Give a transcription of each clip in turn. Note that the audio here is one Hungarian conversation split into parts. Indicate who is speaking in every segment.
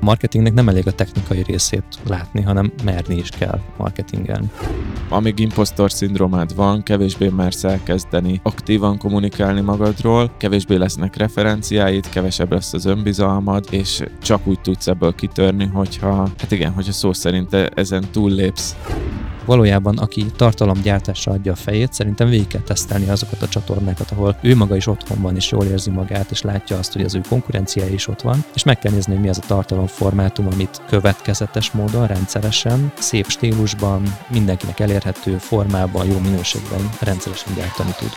Speaker 1: Marketingnek nem elég a technikai részét látni, hanem merni is kell marketingelni.
Speaker 2: Amíg impostor szindrómád van, kevésbé mersz elkezdeni aktívan kommunikálni magadról, kevésbé lesznek referenciáid, kevesebb lesz az önbizalmad, és csak úgy tudsz ebből kitörni, hogyha szó szerint ezen túllépsz.
Speaker 1: Valójában, aki tartalomgyártásra adja a fejét, szerintem végig kell tesztelni azokat a csatornákat, ahol ő maga is otthon van, és jól érzi magát, és látja azt, hogy az ő konkurenciája is ott van, és meg kell nézni, hogy mi az a tartalomformátum, amit következetes módon, rendszeresen, szép stílusban, mindenkinek elérhető formában, jó minőségben rendszeresen gyártani tud.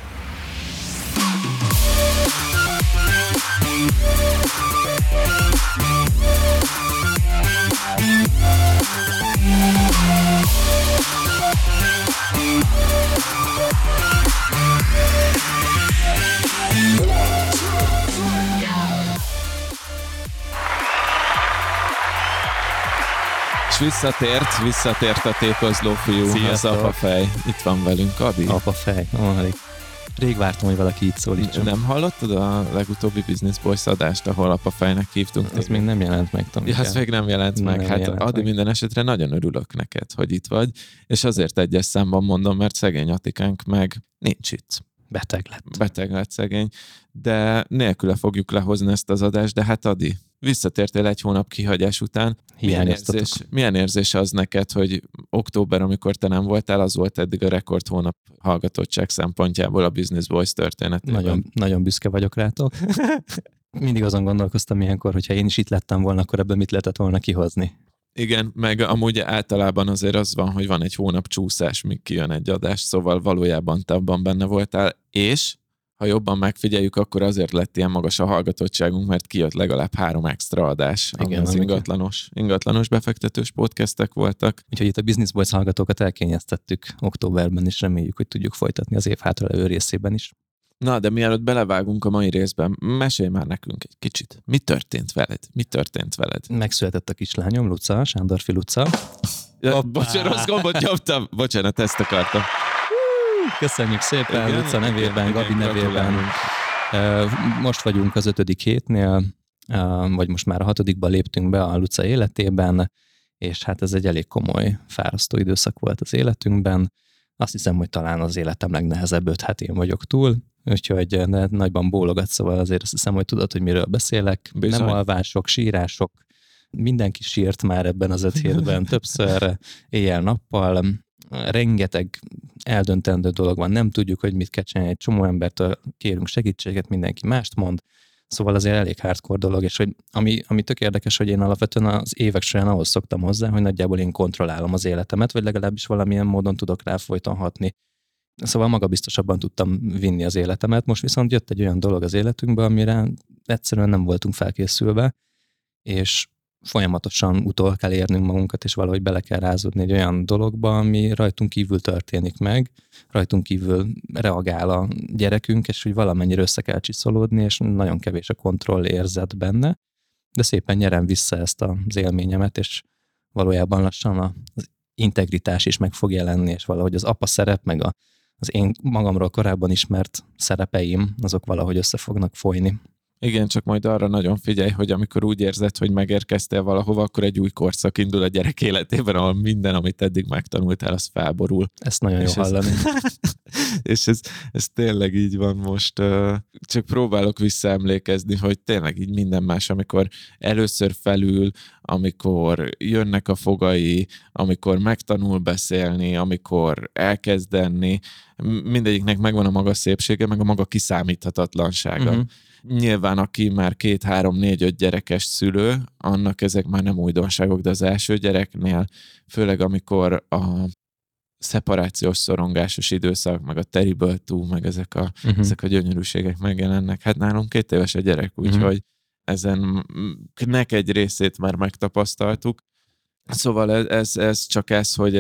Speaker 2: És visszatért a tékozló fiú, az apafej. Itt van velünk, Adi.
Speaker 1: Apafej, rég vártam, hogy valaki így szólítson.
Speaker 2: Nem hallottad a legutóbbi Business Boys adást, ahol apafejnek hívtunk?
Speaker 1: Ez még nem jelent meg, Tomi.
Speaker 2: Ja, ez még nem jelent meg. Adi, minden esetre nagyon örülök neked, hogy itt vagy, és azért egyes számban mondom, mert szegény Atikánk meg nincs itt. Beteg lett szegény, de nélküle fogjuk lehozni ezt az adást, de hát Adi, visszatértél egy hónap kihagyás után. Milyen érzés az neked, hogy október, amikor te nem voltál, az volt eddig a rekord hónap hallgatottság szempontjából a Business Boys történetében?
Speaker 1: Nagyon, nagyon büszke vagyok rátok. Mindig azon gondolkoztam ilyenkor, hogyha én is itt lettem volna, akkor ebből mit lehetett volna kihozni.
Speaker 2: Igen, meg amúgy általában azért az van, hogy van egy hónap csúszás, míg kijön egy adás, szóval valójában te abban benne voltál, és ha jobban megfigyeljük, akkor azért lett ilyen magas a hallgatottságunk, mert kijött legalább 3 extra adás, ami az ingatlanos befektetős podcastek voltak.
Speaker 1: Úgyhogy itt a Business Boys hallgatókat elkényeztettük októberben, és reméljük, hogy tudjuk folytatni az év hátralevő részében is.
Speaker 2: Na, de mielőtt belevágunk a mai részben, mesélj már nekünk egy kicsit. Mi történt veled?
Speaker 1: Megszületett a kislányom, Luca, Sándorfi Luca.
Speaker 2: Ja, bocsánat, rossz gombot nyomtam. Bocsánat, ezt akartam.
Speaker 1: Köszönjük szépen, igen, Luca nevében, Gabi nevében. Most vagyunk az 5. hétnél, vagy most már a 6. léptünk be a Luca életében, és hát ez egy elég komoly, fárasztó időszak volt az életünkben. Azt hiszem, hogy talán az életem legnehezebb 5 hetén vagyok túl, úgyhogy nagyban bólogatsz, szóval azért azt hiszem, hogy tudod, hogy miről beszélek. Bizony. Nem alvások, sírások, mindenki sírt már ebben az 5 hétben, többször éjjel-nappal, rengeteg eldöntendő dolog van, nem tudjuk, hogy mit kell csinálni, egy csomó embertől kérünk segítséget, mindenki mást mond, szóval azért elég hardcore dolog, és hogy ami tök érdekes, hogy én alapvetően az évek során ahhoz szoktam hozzá, hogy nagyjából én kontrollálom az életemet, vagy legalábbis valamilyen módon tudok rá folyton hatni. Szóval magabiztosabban tudtam vinni az életemet, most viszont jött egy olyan dolog az életünkbe, amire egyszerűen nem voltunk felkészülve, és folyamatosan utol kell érnünk magunkat, és valahogy bele kell rázódni egy olyan dologba, ami rajtunk kívül történik meg, rajtunk kívül reagál a gyerekünk, és hogy valamennyire össze kell csiszolódni, és nagyon kevés a kontroll érzet benne, de szépen nyerem vissza ezt az élményemet, és valójában lassan az integritás is meg fog jelenni, és valahogy az apa szerep, meg az én magamról korábban ismert szerepeim, azok valahogy össze fognak folyni.
Speaker 2: Igen, csak majd arra nagyon figyelj, hogy amikor úgy érzed, hogy megérkeztél valahova, akkor egy új korszak indul a gyerek életében, ahol minden, amit eddig megtanultál, az felborul.
Speaker 1: Ezt nagyon jó hallani.
Speaker 2: És ez tényleg így van most. Csak próbálok visszaemlékezni, hogy tényleg így minden más, amikor először felül, amikor jönnek a fogai, amikor megtanul beszélni, amikor elkezd enni, mindegyiknek megvan a maga szépsége, meg a maga kiszámíthatatlansága. Uh-huh. Nyilván, aki már 2, 3, 4, 5 gyerekes szülő, annak ezek már nem újdonságok, de az első gyereknél, főleg amikor a szeparációs szorongásos időszak, meg a terrible two, meg ezek a gyönyörűségek megjelennek. Hát nálunk 2 éves a gyerek, úgyhogy ezennek egy részét már megtapasztaltuk. Szóval ez csak ez, hogy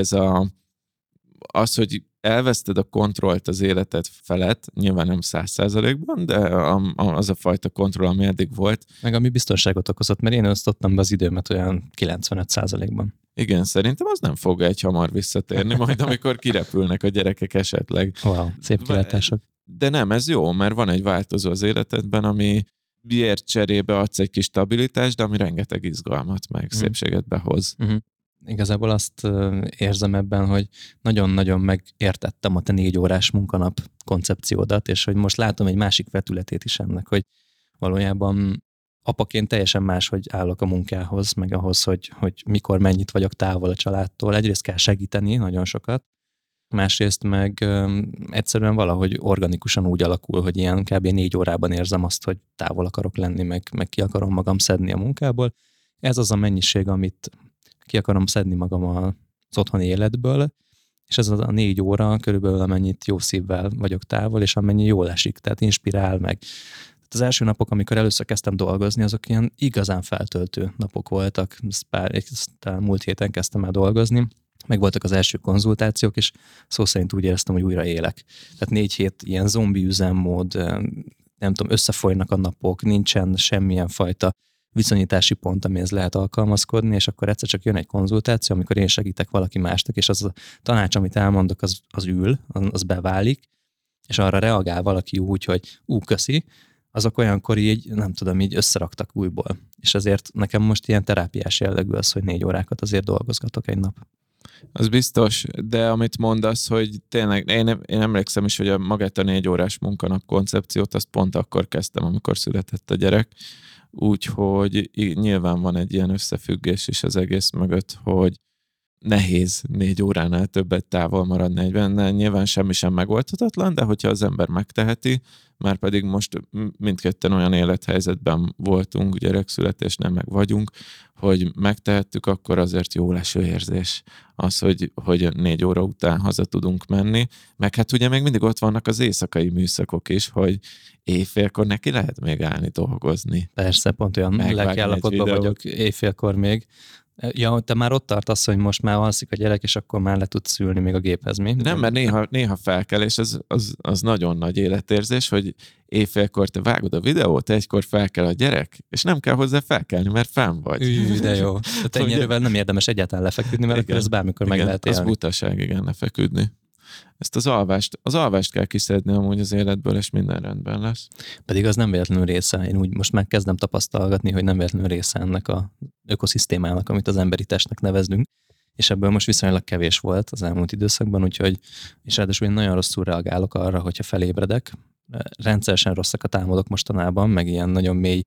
Speaker 2: az, hogy elveszted a kontrollt az életed felett, nyilván nem 100%-ban, de az a fajta kontroll, ami eddig volt.
Speaker 1: Meg ami biztonságot okozott, mert én osztottam be az időmet olyan 95%-ban.
Speaker 2: Igen, szerintem az nem fog egy hamar visszatérni, majd amikor kirepülnek a gyerekek esetleg.
Speaker 1: Wow, szép kilátások.
Speaker 2: De nem, ez jó, mert van egy változó az életedben, ami ért cserébe adsz egy kis stabilitást, de ami rengeteg izgalmat, meg szépséget behoz.
Speaker 1: Igazából azt érzem ebben, hogy nagyon-nagyon megértettem a te 4 órás munkanap koncepciódat, és hogy most látom egy másik vetületét is ennek, hogy valójában apaként teljesen máshogy állok a munkához, meg ahhoz, hogy mikor mennyit vagyok távol a családtól. Egyrészt kell segíteni nagyon sokat, másrészt meg egyszerűen valahogy organikusan úgy alakul, hogy ilyen kb. 4 órában érzem azt, hogy távol akarok lenni, meg ki akarom magam szedni a munkából. Ez az a mennyiség, amit ki akarom szedni magam az otthoni életből, és ez a 4 óra körülbelül amennyit jó szívvel vagyok távol, és amennyi jól esik, tehát inspirál meg. Az első napok, amikor először kezdtem dolgozni, azok ilyen igazán feltöltő napok voltak. Múlt héten kezdtem el dolgozni, meg voltak az első konzultációk, és szó szerint úgy éreztem, hogy újra élek. Tehát 4 hét ilyen zombi üzemmód, nem tudom, összefolynak a napok, nincsen semmilyen fajta viszonyítási pont, amihez lehet alkalmazkodni, és akkor egyszer csak jön egy konzultáció, amikor én segítek valaki másnak, és az a tanács, amit elmondok, az ül, az beválik, és arra reagál valaki úgy, hogy köszi, azok olyankor így, nem tudom, így összeraktak újból. És azért nekem most ilyen terápiás jellegű az, hogy 4 órákat azért dolgozgatok egy nap.
Speaker 2: Az biztos, de amit mondasz, hogy tényleg, én emlékszem is, hogy magát a 4 órás munkanap koncepciót, azt pont akkor kezdtem, amikor született a gyerek, úgyhogy nyilván van egy ilyen összefüggés is az egész mögött, hogy nehéz 4 óránál többet távol maradni egyben. Nyilván semmi sem megoldhatatlan, de hogyha az ember megteheti, már pedig most mindketten olyan élethelyzetben voltunk, gyerekszületésnél meg vagyunk, hogy megtehettük, akkor azért jó leső érzés az, hogy 4 óra után haza tudunk menni. Meg hát ugye még mindig ott vannak az éjszakai műszakok is, hogy éjfélkor neki lehet még állni dolgozni.
Speaker 1: Persze, pont olyan lelkiállapotban vagyok éjfélkor még. Ja, te már ott tartasz, hogy most már alszik a gyerek, és akkor már le tudsz ülni még a géphez, mi?
Speaker 2: Nem, mert néha felkel, és az nagyon nagy életérzés, hogy éjfélkor te vágod a videót, egykor felkel a gyerek, és nem kell hozzá felkelni, mert fenn vagy.
Speaker 1: De jó. Tehát ennyire nem érdemes egyáltalán lefeküdni, mert akkor ez bármikor meg lehet élni.
Speaker 2: Az butaság, igen, lefeküdni. Ezt az alvást kell kiszedni amúgy az életből, és minden rendben lesz.
Speaker 1: Pedig az nem véletlenül része. Én úgy most már kezdem tapasztalgatni, hogy nem véletlenül része ennek az ökoszisztémának, amit az emberi testnek nevezünk, és ebből most viszonylag kevés volt az elmúlt időszakban, úgyhogy, és ráadásul én nagyon rosszul reagálok arra, hogyha felébredek. Rendszeresen rosszakat álmodok mostanában, meg ilyen nagyon mély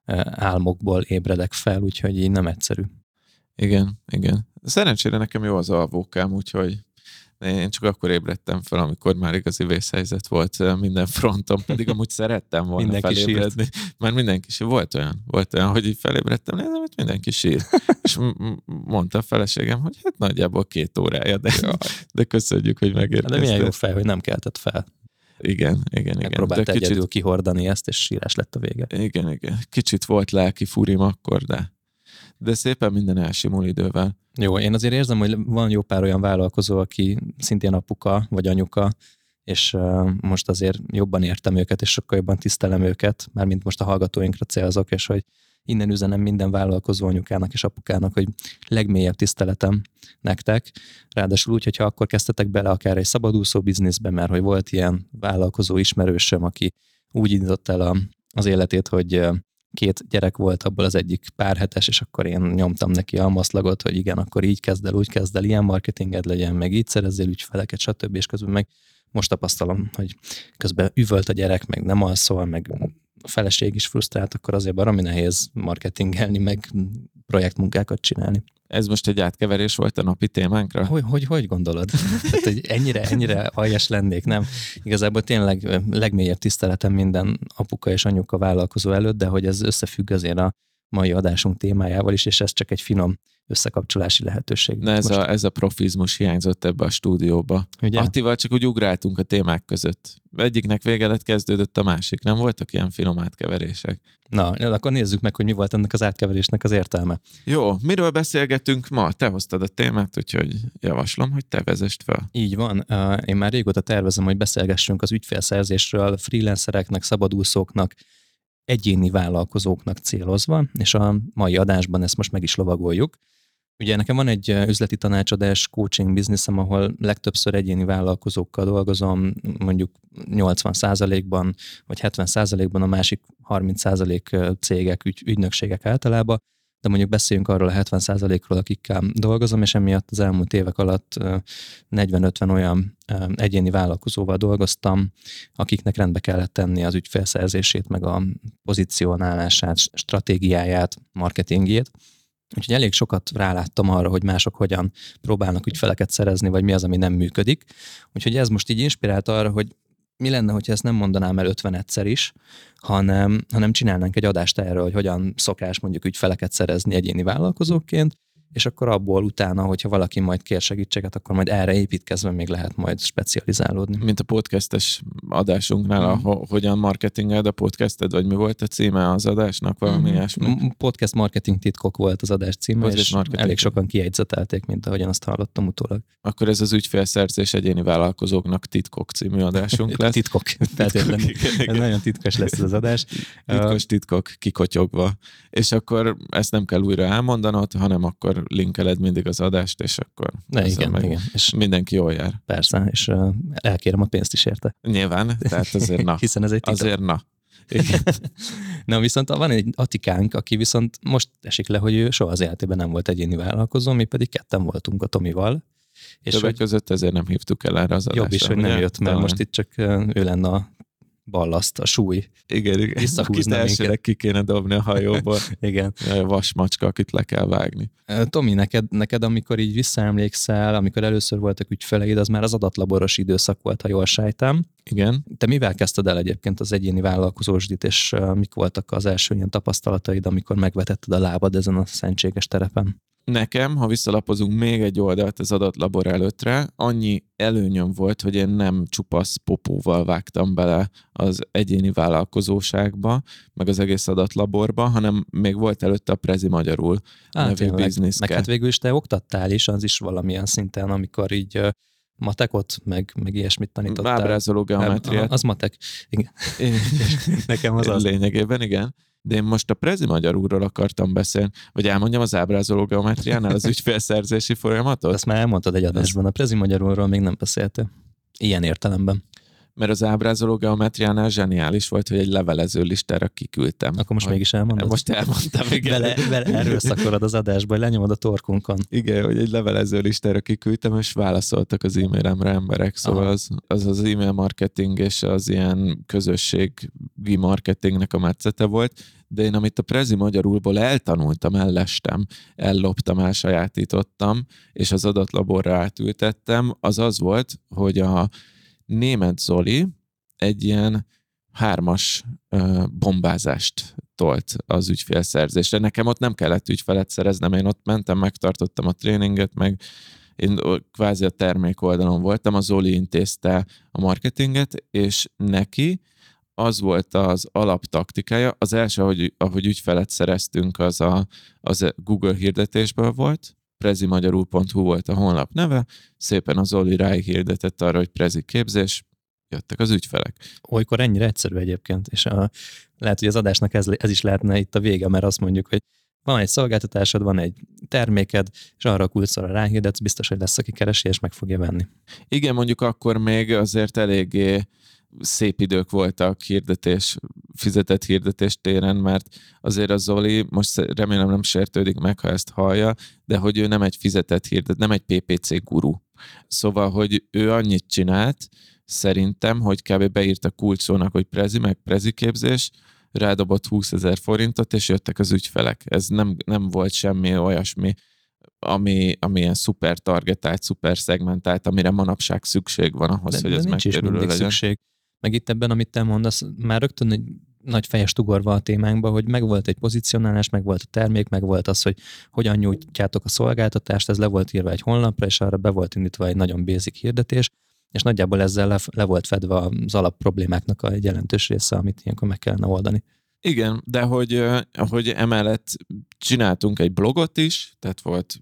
Speaker 1: álmokból ébredek fel, úgyhogy így nem egyszerű.
Speaker 2: Igen. Szerencsére nekem jó az alvókám, úgyhogy én csak akkor ébredtem fel, amikor már igazi vészhelyzet volt minden fronton, pedig amúgy szerettem volna felébredni. Már mindenki sírt. Volt olyan, hogy így felébredtem, nézem, hogy mindenki sír. És mondta a feleségem, hogy hát nagyjából 2 órája, de köszönjük, hogy megérkeztél.
Speaker 1: De milyen jó fej, hogy nem keltett fel.
Speaker 2: Igen.
Speaker 1: Megpróbálta egyedül kihordani ezt, és sírás lett a vége.
Speaker 2: Igen. Kicsit volt lelki furim akkor, de szépen minden elsimul idővel.
Speaker 1: Jó, én azért érzem, hogy van jó pár olyan vállalkozó, aki szintén apuka vagy anyuka, és most azért jobban értem őket, és sokkal jobban tisztelem őket, mármint most a hallgatóinkra célzok, és hogy innen üzenem minden vállalkozó anyukának és apukának, hogy legmélyebb tiszteletem nektek. Ráadásul úgy, hogyha akkor kezdtetek bele akár egy szabadúszó bizniszbe, mert hogy volt ilyen vállalkozó ismerősöm, aki úgy indított el az életét, hogy 2 gyerek volt, abból az egyik pár hetes, és akkor én nyomtam neki a maszlagot, hogy igen, akkor így kezd el, úgy kezd el, ilyen marketinged legyen, meg így szerezzél ügyfeleket, stb. És közben meg most tapasztalom, hogy közben üvölt a gyerek, meg nem alszol, meg a feleség is frusztrált, akkor azért baromi nehéz marketingelni, meg projektmunkákat csinálni.
Speaker 2: Ez most egy átkeverés volt a napi témánkra?
Speaker 1: Hogy gondolod? Tehát, hogy ennyire aljas lennék, nem? Igazából tényleg legmélyebb tiszteletem minden apuka és anyuka vállalkozó előtt, de hogy ez összefügg azért a mai adásunk témájával is, és ez csak egy finom összekapcsolási lehetőség.
Speaker 2: Na ez a profizmus hiányzott ebbe a stúdióba. Ugye? Attival csak úgy ugráltunk a témák között. Egyiknek vége lett, kezdődött a másik. Nem voltak ilyen finom átkeverések?
Speaker 1: Na, akkor nézzük meg, hogy mi volt ennek az átkeverésnek az értelme.
Speaker 2: Jó, miről beszélgetünk ma? Te hoztad a témát, úgyhogy javaslom, hogy te vezesd fel.
Speaker 1: Így van. Én már régóta tervezem, hogy beszélgessünk az ügyfélszerzésről, freelancereknek, szabadúszóknak, egyéni vállalkozóknak célozva, és a mai adásban ezt most meg is lovagoljuk. Ugye nekem van egy üzleti tanácsadás coaching bizniszem, ahol legtöbbször egyéni vállalkozókkal dolgozom, mondjuk 80%-ban vagy 70%-ban, a másik 30% cégek, ügynökségek általában, de mondjuk beszéljünk arról a 70%-ról, akikkel dolgozom, és emiatt az elmúlt évek alatt 40-50 olyan egyéni vállalkozóval dolgoztam, akiknek rendbe kellett tenni az ügyfélszerzését, meg a pozícionálását, stratégiáját, marketingjét. Úgyhogy elég sokat ráláttam arra, hogy mások hogyan próbálnak ügyfeleket szerezni, vagy mi az, ami nem működik. Úgyhogy ez most így inspirált arra, hogy mi lenne, hogyha ezt nem mondanám el 50-szer is, hanem csinálnánk egy adást erről, hogy hogyan szokás mondjuk ügyfeleket szerezni egyéni vállalkozóként, és akkor abból utána, hogyha valaki majd kér segítséget, akkor majd erre építkezve még lehet majd specializálódni.
Speaker 2: Mint a podcastes adásunknál, hogyan marketingeld a podcasted, vagy mi volt a címe az adásnak, valami ilyesmi?
Speaker 1: Podcast marketing titkok volt az adás címe, és elég sokan kiegyzetelték, mint ahogyan azt hallottam utólag.
Speaker 2: Akkor ez az ügyfélszerzés egyéni vállalkozóknak titkok című adásunk lesz.
Speaker 1: Titkok, feltétlenül. Ez nagyon titkos lesz az adás.
Speaker 2: Titkok kikotyogva. És akkor ezt nem kell újra elmondanod, hanem akkor linkeled mindig az adást, és akkor
Speaker 1: igen.
Speaker 2: És mindenki jól jár.
Speaker 1: Persze, és elkérem a pénzt is érte.
Speaker 2: Nyilván, tehát azért na.
Speaker 1: Hiszen ez egy titok.
Speaker 2: Azért na.
Speaker 1: Na viszont van egy Atikánk, aki viszont most esik le, hogy ő soha az életében nem volt egyéni vállalkozó, mi pedig ketten voltunk a Tomival.
Speaker 2: És többek között ezért nem hívtuk el erre az adásra.
Speaker 1: Jobb is, hogy nem jött, mert most itt csak ő lenne a ballaszt, a súly.
Speaker 2: Igen. Akit elsőleg ki kéne dobni a hajóból.
Speaker 1: Igen.
Speaker 2: A vasmacska, akit le kell vágni.
Speaker 1: Tomi, neked, amikor így visszaemlékszel, amikor először voltak ügyfeleid, az már az adatlaboros időszak volt, ha jól sejtem.
Speaker 2: Igen.
Speaker 1: Te mivel kezdted el egyébként az egyéni vállalkozósdit, és mik voltak az első ilyen tapasztalataid, amikor megvetetted a lábad ezen a szentséges terepen?
Speaker 2: Nekem, ha visszalapozunk még egy oldalt az adatlabor előttre, annyi előnyöm volt, hogy én nem csupasz popóval vágtam bele az egyéni vállalkozóságba, meg az egész adatlaborba, hanem még volt előtte a Prezi Magyarul nevű bizniszke.
Speaker 1: Meg hát végül is te oktattál is, az is valamilyen szinten, amikor így matekot, meg ilyesmit tanítottál.
Speaker 2: Ábrázoló geometriát.
Speaker 1: Az matek. Igen.
Speaker 2: Nekem az. Lényegében, igen. De én most a Prezi Magyarulról akartam beszélni, vagy elmondjam az ábrázoló geometriánál az ügyfélszerzési folyamatot?
Speaker 1: Ezt már elmondtad egy adásban, a Prezi Magyarulról még nem beszéltél. Ilyen értelemben.
Speaker 2: Mert az ábrázoló geometriánál zseniális volt, hogy egy levelező listára kiküldtem.
Speaker 1: Akkor most mégis elmondod?
Speaker 2: Most elmondtam, igen.
Speaker 1: Vele erről szakorod az adásba, hogy lenyomod a torkunkon.
Speaker 2: Igen, hogy egy levelező listára kiküldtem, és válaszoltak az e-mailemre emberek, szóval az e-mail marketing és az ilyen közösségi marketingnek a metszete volt, de én amit a Prezi Magyarulból eltanultam, ellestem, elloptam, elsajátítottam, és az adatlaborra átültettem, az volt, hogy a Németh Zoli egy ilyen 3-as bombázást tolt az ügyfélszerzésre. Nekem ott nem kellett ügyfelet szereznem, én ott mentem, megtartottam a tréninget, meg én kvázi a termék oldalon voltam, a Zoli intézte a marketinget, és neki az volt az alaptaktikája. Az első, ahogy ügyfelet szereztünk, az Google hirdetésből volt, prezimagyarul.hu volt a honlap neve, szépen az Zoli ráhirdetett arra, hogy Prezi képzés, jöttek az ügyfelek.
Speaker 1: Olykor ennyire egyszerű egyébként, és lehet, hogy az adásnak ez is lehetne itt a vége, mert azt mondjuk, hogy van egy szolgáltatásod, van egy terméked, és arra a kulcsra ráhirdetsz, biztos, hogy lesz, aki keresi, és meg fogja venni.
Speaker 2: Igen, mondjuk akkor még azért eléggé szép idők voltak fizetett hirdetés téren, mert azért a Zoli, most remélem nem sértődik meg, ha ezt hallja, de hogy ő nem egy fizetett nem egy PPC guru. Szóval, hogy ő annyit csinált, szerintem, hogy kb. Beírta kulcsszónak, hogy Prezi, meg Prezi képzés, rádobott 20 000 forintot, és jöttek az ügyfelek. Ez nem volt semmi olyasmi, ami ilyen szuper targetált, szuper szegmentált, amire manapság szükség van ahhoz, hogy ez megkerülő legyen.
Speaker 1: Szükség. Meg itt ebben, amit te mondasz, már rögtön egy nagy fejest ugorva a témánkba, hogy megvolt egy pozicionálás, megvolt a termék, megvolt az, hogy hogyan nyújtjátok a szolgáltatást, ez le volt írva egy honlapra, és arra be volt indítva egy nagyon basic hirdetés, és nagyjából ezzel le volt fedve az alapproblémáknak egy jelentős része, amit ilyenkor meg kellene oldani.
Speaker 2: Igen, de hogy emellett csináltunk egy blogot is, tehát volt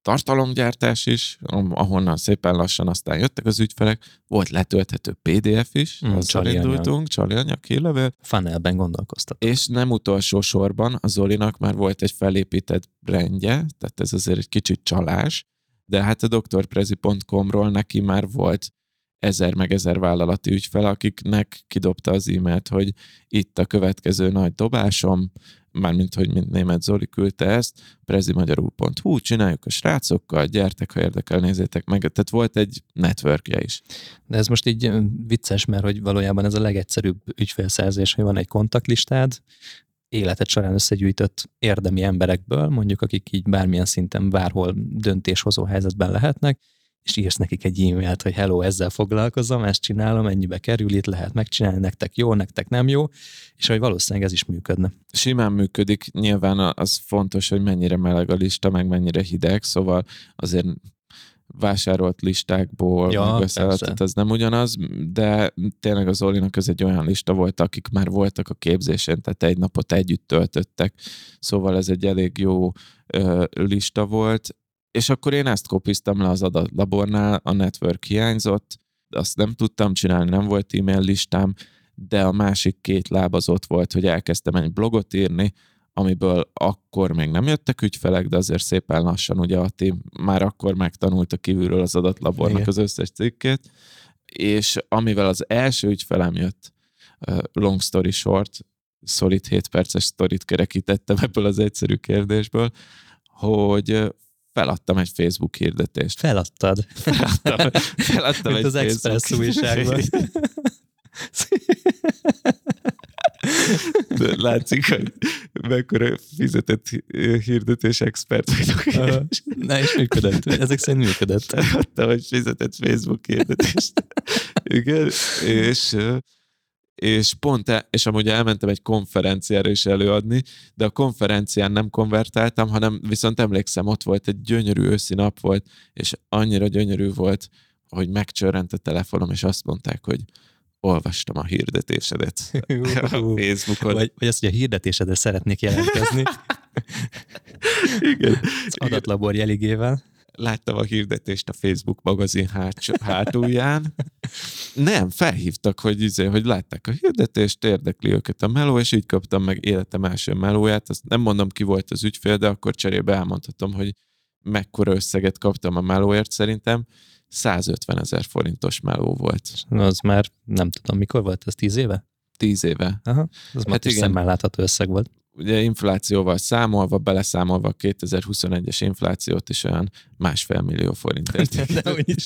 Speaker 2: tartalomgyártás is, ahonnan szépen lassan aztán jöttek az ügyfelek, volt letölthető PDF is, azzal indultunk, csali anyag, hírlevél.
Speaker 1: Funnelben gondolkoztat.
Speaker 2: És nem utolsó sorban a Zolinak már volt egy felépített brandje, tehát ez azért egy kicsit csalás, de hát a drprezi.com-ról neki már volt 1000 vállalati ügyfele, akiknek kidobta az e-mailt, hogy itt a következő nagy dobásom, mármint, hogy mint német Zoli küldte ezt, prezimagyarul.hu, csináljuk a srácokkal, gyertek, ha érdekel, nézzétek meg. Tehát volt egy networkje is.
Speaker 1: De ez most így vicces, mert hogy valójában ez a legegyszerűbb ügyfélszerzés, hogy van egy kontaktlistád, életed során összegyűjtött érdemi emberekből, mondjuk akik így bármilyen szinten bárhol döntéshozó helyzetben lehetnek, és írsz nekik egy e-mailt, hogy hello, ezzel foglalkozom, ezt csinálom, ennyibe kerül, itt lehet megcsinálni, nektek jó, nektek nem jó, és hogy valószínűleg ez is működne.
Speaker 2: Simán működik, nyilván az fontos, hogy mennyire meleg a lista, meg mennyire hideg, szóval azért vásárolt listákból, tehát ez nem ugyanaz, de tényleg az Zolinak ez egy olyan lista volt, akik már voltak a képzésen, tehát egy napot együtt töltöttek, szóval ez egy elég jó lista volt, és akkor én ezt kopiztam le az adatlabornál, a network hiányzott, azt nem tudtam csinálni, nem volt e-mail listám, de a másik két láb az ott volt, hogy elkezdtem egy blogot írni, amiből akkor még nem jöttek ügyfelek, de azért szépen lassan, ugye Atti már akkor megtanulta kívülről az adatlabornak igen. Az összes cikkét, és amivel az első ügyfelem jött, long story short, szolid 7 perces sztorit kerekítettem ebből az egyszerű kérdésből, hogy feladtam egy Facebook hirdetést.
Speaker 1: Feladtam
Speaker 2: egy
Speaker 1: az Express újságban.
Speaker 2: De látszik, hogy mekkora fizetett hirdetés expert vagyok.
Speaker 1: Na, és működött. Ezek szerint működött.
Speaker 2: Feladtam egy fizetett Facebook hirdetést. Igen, és pont, és amúgy elmentem egy konferenciára is előadni, de a konferencián nem konvertáltam, hanem viszont emlékszem, ott volt egy gyönyörű őszi nap volt, és annyira gyönyörű volt, hogy megcsörrent a telefonom, és azt mondták, hogy olvastam a hirdetésedet a Facebookon.
Speaker 1: Vagy azt, hogy a hirdetésedre szeretnék jelentkezni.
Speaker 2: Igen.
Speaker 1: Az adatlabor jeligével.
Speaker 2: Láttam a hirdetést a Facebook magazin hátulján. Nem, felhívtak, hogy látták a hirdetést, érdekli őket a meló, és így kaptam meg életem első melóját. Azt nem mondom, ki volt az ügyfél, de akkor cserébe elmondhatom, hogy mekkora összeget kaptam a melóért szerintem. 150 000 forintos meló volt.
Speaker 1: Az már nem tudom, mikor volt, ez 10 éve?
Speaker 2: 10 éve.
Speaker 1: Aha, az hát már szemmel látható összeg volt.
Speaker 2: Ugye inflációval számolva, beleszámolva a 2021-es inflációt is olyan 1,5 millió forintért.
Speaker 1: De úgyis.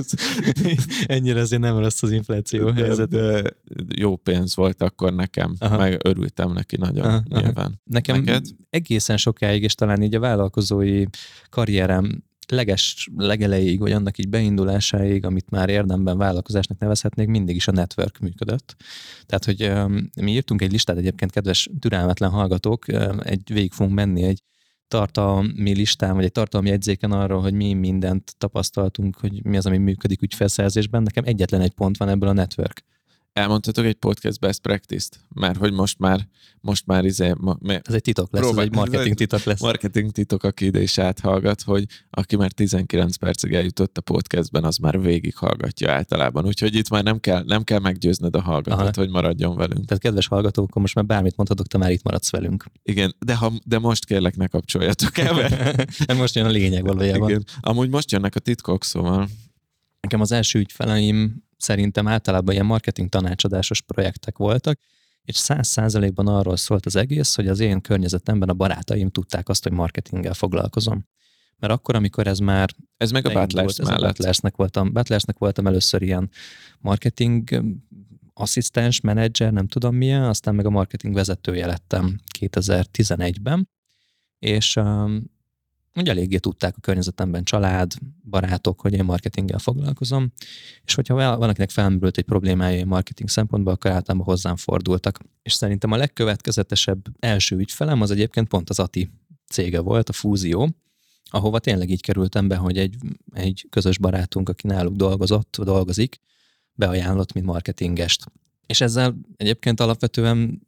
Speaker 1: Ennyire azért nem rossz az infláció helyzet.
Speaker 2: De jó pénz volt akkor nekem, meg örültem neki nagyon nyilván.
Speaker 1: Nekem egészen sokáig, és talán így a vállalkozói karrierem legelejéig, vagy annak így beindulásáig, amit már érdemben vállalkozásnak nevezhetnék, mindig is a network működött. Tehát, hogy mi írtunk egy listát egyébként, kedves türelmetlen hallgatók, végig fogunk menni egy tartalmi listán, vagy egy tartalmi jegyzéken arról, hogy mi mindent tapasztaltunk, hogy mi az, ami működik ügyfélszerzésben. Nekem egyetlen egy pont van ebből, a network.
Speaker 2: Elmondhatok egy podcast best practice-t? Mert hogy most már ez
Speaker 1: egy titok lesz, ez egy marketing titok lesz.
Speaker 2: Marketing titok, aki ide is áthallgat, hogy aki már 19 percig eljutott a podcastben, az már végighallgatja általában. Úgyhogy itt már nem kell meggyőzned a hallgatót, hogy maradjon velünk.
Speaker 1: Tehát kedves hallgatók, most már bármit mondhatok, te már itt maradsz velünk.
Speaker 2: Igen, de most kérlek, ne kapcsoljatok el, mert
Speaker 1: most jön a lényeg valójában. Igen.
Speaker 2: Amúgy most jönnek a titkok, szóval.
Speaker 1: Nekem az első ügyfeleim szerintem általában ilyen marketing tanácsadásos projektek voltak, és 100%-ban arról szólt az egész, hogy az én környezetemben a barátaim tudták azt, hogy marketinggel foglalkozom. Mert akkor, amikor ez már...
Speaker 2: Ez meg a Butlers mellett.
Speaker 1: Butlersnek voltam először ilyen marketing asszisztens, menedzser, nem tudom milyen, aztán meg a marketing vezetője lettem 2011-ben, és ugye eléggé tudták a környezetemben, család, barátok, hogy én marketinggel foglalkozom, és hogyha valakinek felmerült egy problémája marketing szempontból, akkor általában hozzám fordultak. És szerintem a legkövetkezetesebb első ügyfelem az egyébként pont az Ati cége volt, a Fúzió, ahova tényleg így kerültem be, hogy egy közös barátunk, aki náluk dolgozik, beajánlott, mint marketingest. És ezzel egyébként alapvetően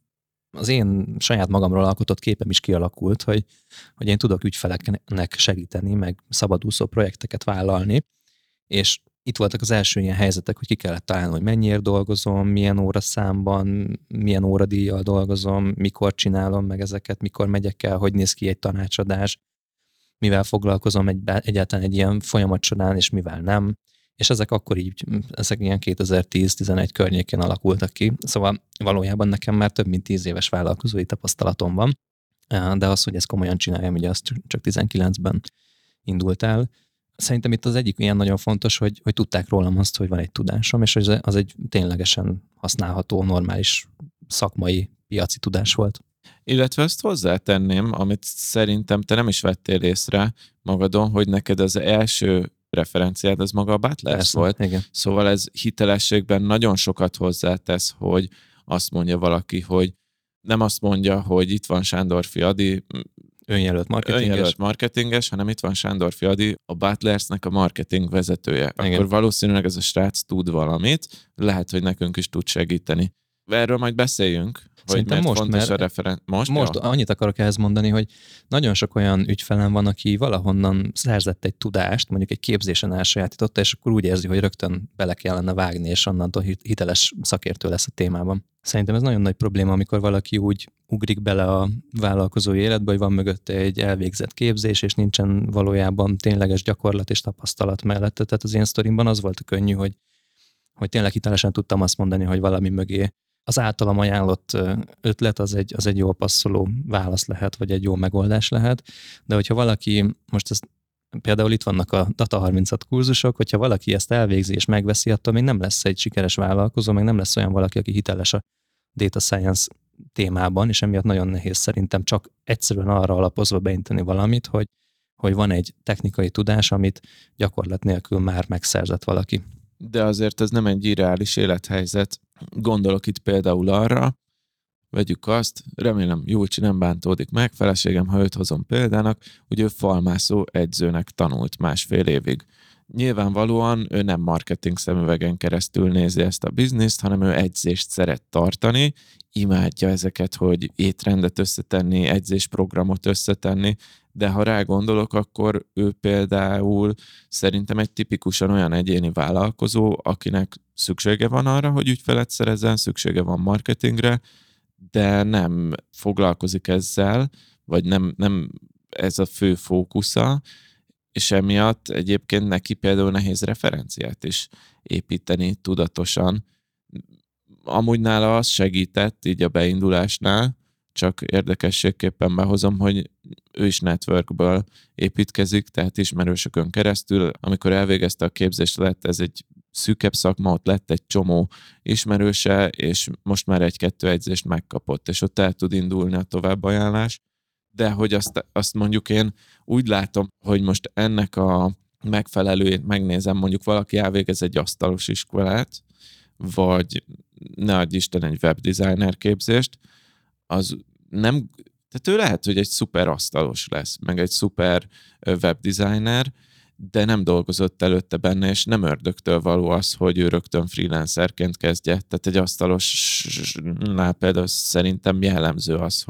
Speaker 1: az én saját magamról alkotott képem is kialakult, hogy én tudok ügyfeleknek segíteni, meg szabadúszó projekteket vállalni, és itt voltak az első ilyen helyzetek, hogy ki kellett találni, hogy mennyiért dolgozom, milyen óraszámban, milyen óradíjjal dolgozom, mikor csinálom meg ezeket, mikor megyek el, hogy néz ki egy tanácsadás, mivel foglalkozom egyáltalán egy ilyen folyamat során, és mivel nem. És ezek akkor így, ezek ilyen 2010-11 környékén alakultak ki. Szóval valójában nekem már több mint 10 éves vállalkozói tapasztalatom van, de az, hogy ezt komolyan csináljam, ugye az csak 19-ben indult el. Szerintem itt az egyik ilyen nagyon fontos, hogy tudták rólam azt, hogy van egy tudásom, és hogy az egy ténylegesen használható, normális szakmai, piaci tudás volt.
Speaker 2: Illetve ezt hozzátenném, amit szerintem te nem is vettél észre magadon, hogy neked az első referenciád az maga a Butlers volt.
Speaker 1: Igen.
Speaker 2: Szóval ez hitelességben nagyon sokat hozzátesz, hogy azt mondja valaki, hogy nem azt mondja, hogy itt van Sándorfi Adi,
Speaker 1: önjelölt
Speaker 2: marketinges, hanem itt van Sándorfi Adi, a Butlersnek a marketing vezetője.
Speaker 1: Igen.
Speaker 2: Akkor valószínűleg ez a srác tud valamit, lehet, hogy nekünk is tud segíteni. Erről majd beszéljünk, hogy miért fontos a referent.
Speaker 1: Most annyit akarok ehhez mondani, hogy nagyon sok olyan ügyfelem van, aki valahonnan szerzett egy tudást, mondjuk egy képzésen elsajátította, és akkor úgy érzi, hogy rögtön bele kellene vágni, és onnantól hiteles szakértő lesz a témában. Szerintem ez nagyon nagy probléma, amikor valaki úgy ugrik bele a vállalkozói életbe, hogy van mögötte egy elvégzett képzés, és nincsen valójában tényleges gyakorlat és tapasztalat mellette. Tehát az én sztorimban az volt a könnyű, hogy tényleg hitelesen tudtam azt mondani, hogy valami mögé az általam ajánlott ötlet az egy jól passzoló válasz lehet, vagy egy jó megoldás lehet, de hogyha valaki, most ezt, például itt vannak a Data 36 kurzusok, hogyha valaki ezt elvégzi és megveszi, attól még nem lesz egy sikeres vállalkozó, meg nem lesz olyan valaki, aki hiteles a data science témában, és emiatt nagyon nehéz szerintem csak egyszerűen arra alapozva beinteni valamit, hogy van egy technikai tudás, amit gyakorlat nélkül már megszerzett valaki.
Speaker 2: De azért ez nem egy irreális élethelyzet. Gondolok itt például arra, vegyük azt, remélem Julcsi nem bántódik meg, feleségem, ha őt hozom példának, hogy ő falmászó edzőnek tanult 1,5 évig. Nyilvánvalóan ő nem marketing szemüvegen keresztül nézi ezt a bizniszt, hanem ő edzést szeret tartani, imádja ezeket, hogy étrendet összetenni, edzésprogramot összetenni, de ha rá gondolok, akkor ő például szerintem egy tipikusan olyan egyéni vállalkozó, akinek szüksége van arra, hogy ügyfelet szerezzen, szüksége van marketingre, de nem foglalkozik ezzel, vagy nem ez a fő fókusza, és emiatt egyébként neki például nehéz referenciát is építeni tudatosan. Amúgy nála az segített így a beindulásnál, csak érdekességképpen behozom, hogy ő is networkből építkezik, tehát ismerősökön keresztül. Amikor elvégezte a képzést, lett ez egy szűkebb szakma, ott lett egy csomó ismerőse, és most már 1-2 edzést megkapott, és ott el tud indulni a továbbajánlás. De hogy azt mondjuk én úgy látom, hogy most ennek a megfelelőjét megnézem, mondjuk valaki elvégez egy asztalos iskolát, vagy ne adj Isten egy webdesigner képzést, az nem, tehát ő lehet, hogy egy szuper asztalos lesz, meg egy szuper webdesigner, de nem dolgozott előtte benne, és nem ördögtől való az, hogy ő rögtön freelancerként kezdje. Tehát egy asztalosnál például szerintem jellemző az,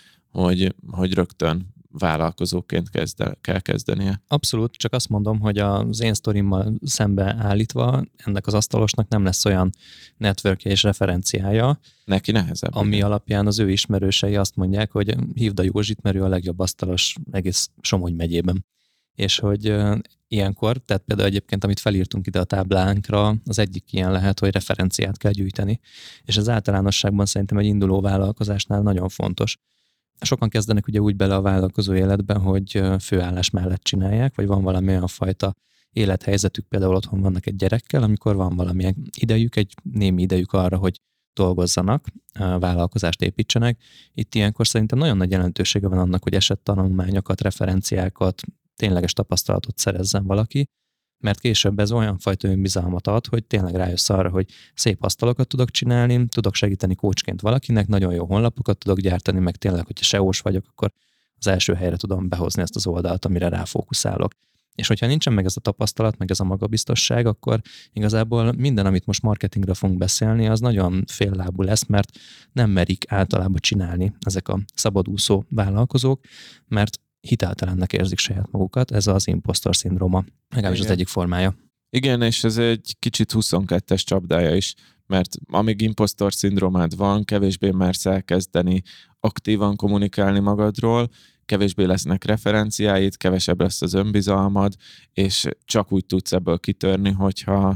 Speaker 2: hogy rögtön vállalkozóként kell kezdenie.
Speaker 1: Abszolút, csak azt mondom, hogy az én sztorimmal szembe állítva ennek az asztalosnak nem lesz olyan networkje és referenciája.
Speaker 2: Neki nehezebb.
Speaker 1: Ami alapján az ő ismerősei azt mondják, hogy hívd a Józsit, mert ő a legjobb asztalos egész Somogy megyében. És hogy ilyenkor, tehát például egyébként, amit felírtunk ide a táblánkra, az egyik ilyen lehet, hogy referenciát kell gyűjteni. És az általánosságban szerintem egy induló vállalkozásnál nagyon fontos. Sokan kezdenek ugye úgy bele a vállalkozó életben, hogy főállás mellett csinálják, vagy van valami olyan fajta élethelyzetük, például otthon vannak egy gyerekkel, amikor van valamilyen idejük, egy némi idejük arra, hogy dolgozzanak, vállalkozást építsenek. Itt ilyenkor szerintem nagyon nagy jelentősége van annak, hogy esettanulmányokat, referenciákat, tényleges tapasztalatot szerezzen valaki, mert később ez olyan fajta önbizalmat ad, hogy tényleg rájössz arra, hogy szép asztalokat tudok csinálni, tudok segíteni coachként valakinek, nagyon jó honlapokat tudok gyártani, meg tényleg, hogyha SEO-s vagyok, akkor az első helyre tudom behozni ezt az oldalt, amire ráfókuszálok. És hogyha nincsen meg ez a tapasztalat, meg ez a magabiztosság, akkor igazából minden, amit most marketingről fogunk beszélni, az nagyon féllábú lesz, mert nem merik általában csinálni ezek a szabadúszó vállalkozók, mert hiteltelennek érzik saját magukat, ez az impostor szindróma, legalábbis az egyik formája.
Speaker 2: Igen, és ez egy kicsit 22-es csapdája is, mert amíg impostor szindrómád van, kevésbé mersz elkezdeni aktívan kommunikálni magadról, kevésbé lesznek referenciáid, kevesebb lesz az önbizalmad, és csak úgy tudsz ebből kitörni, hogyha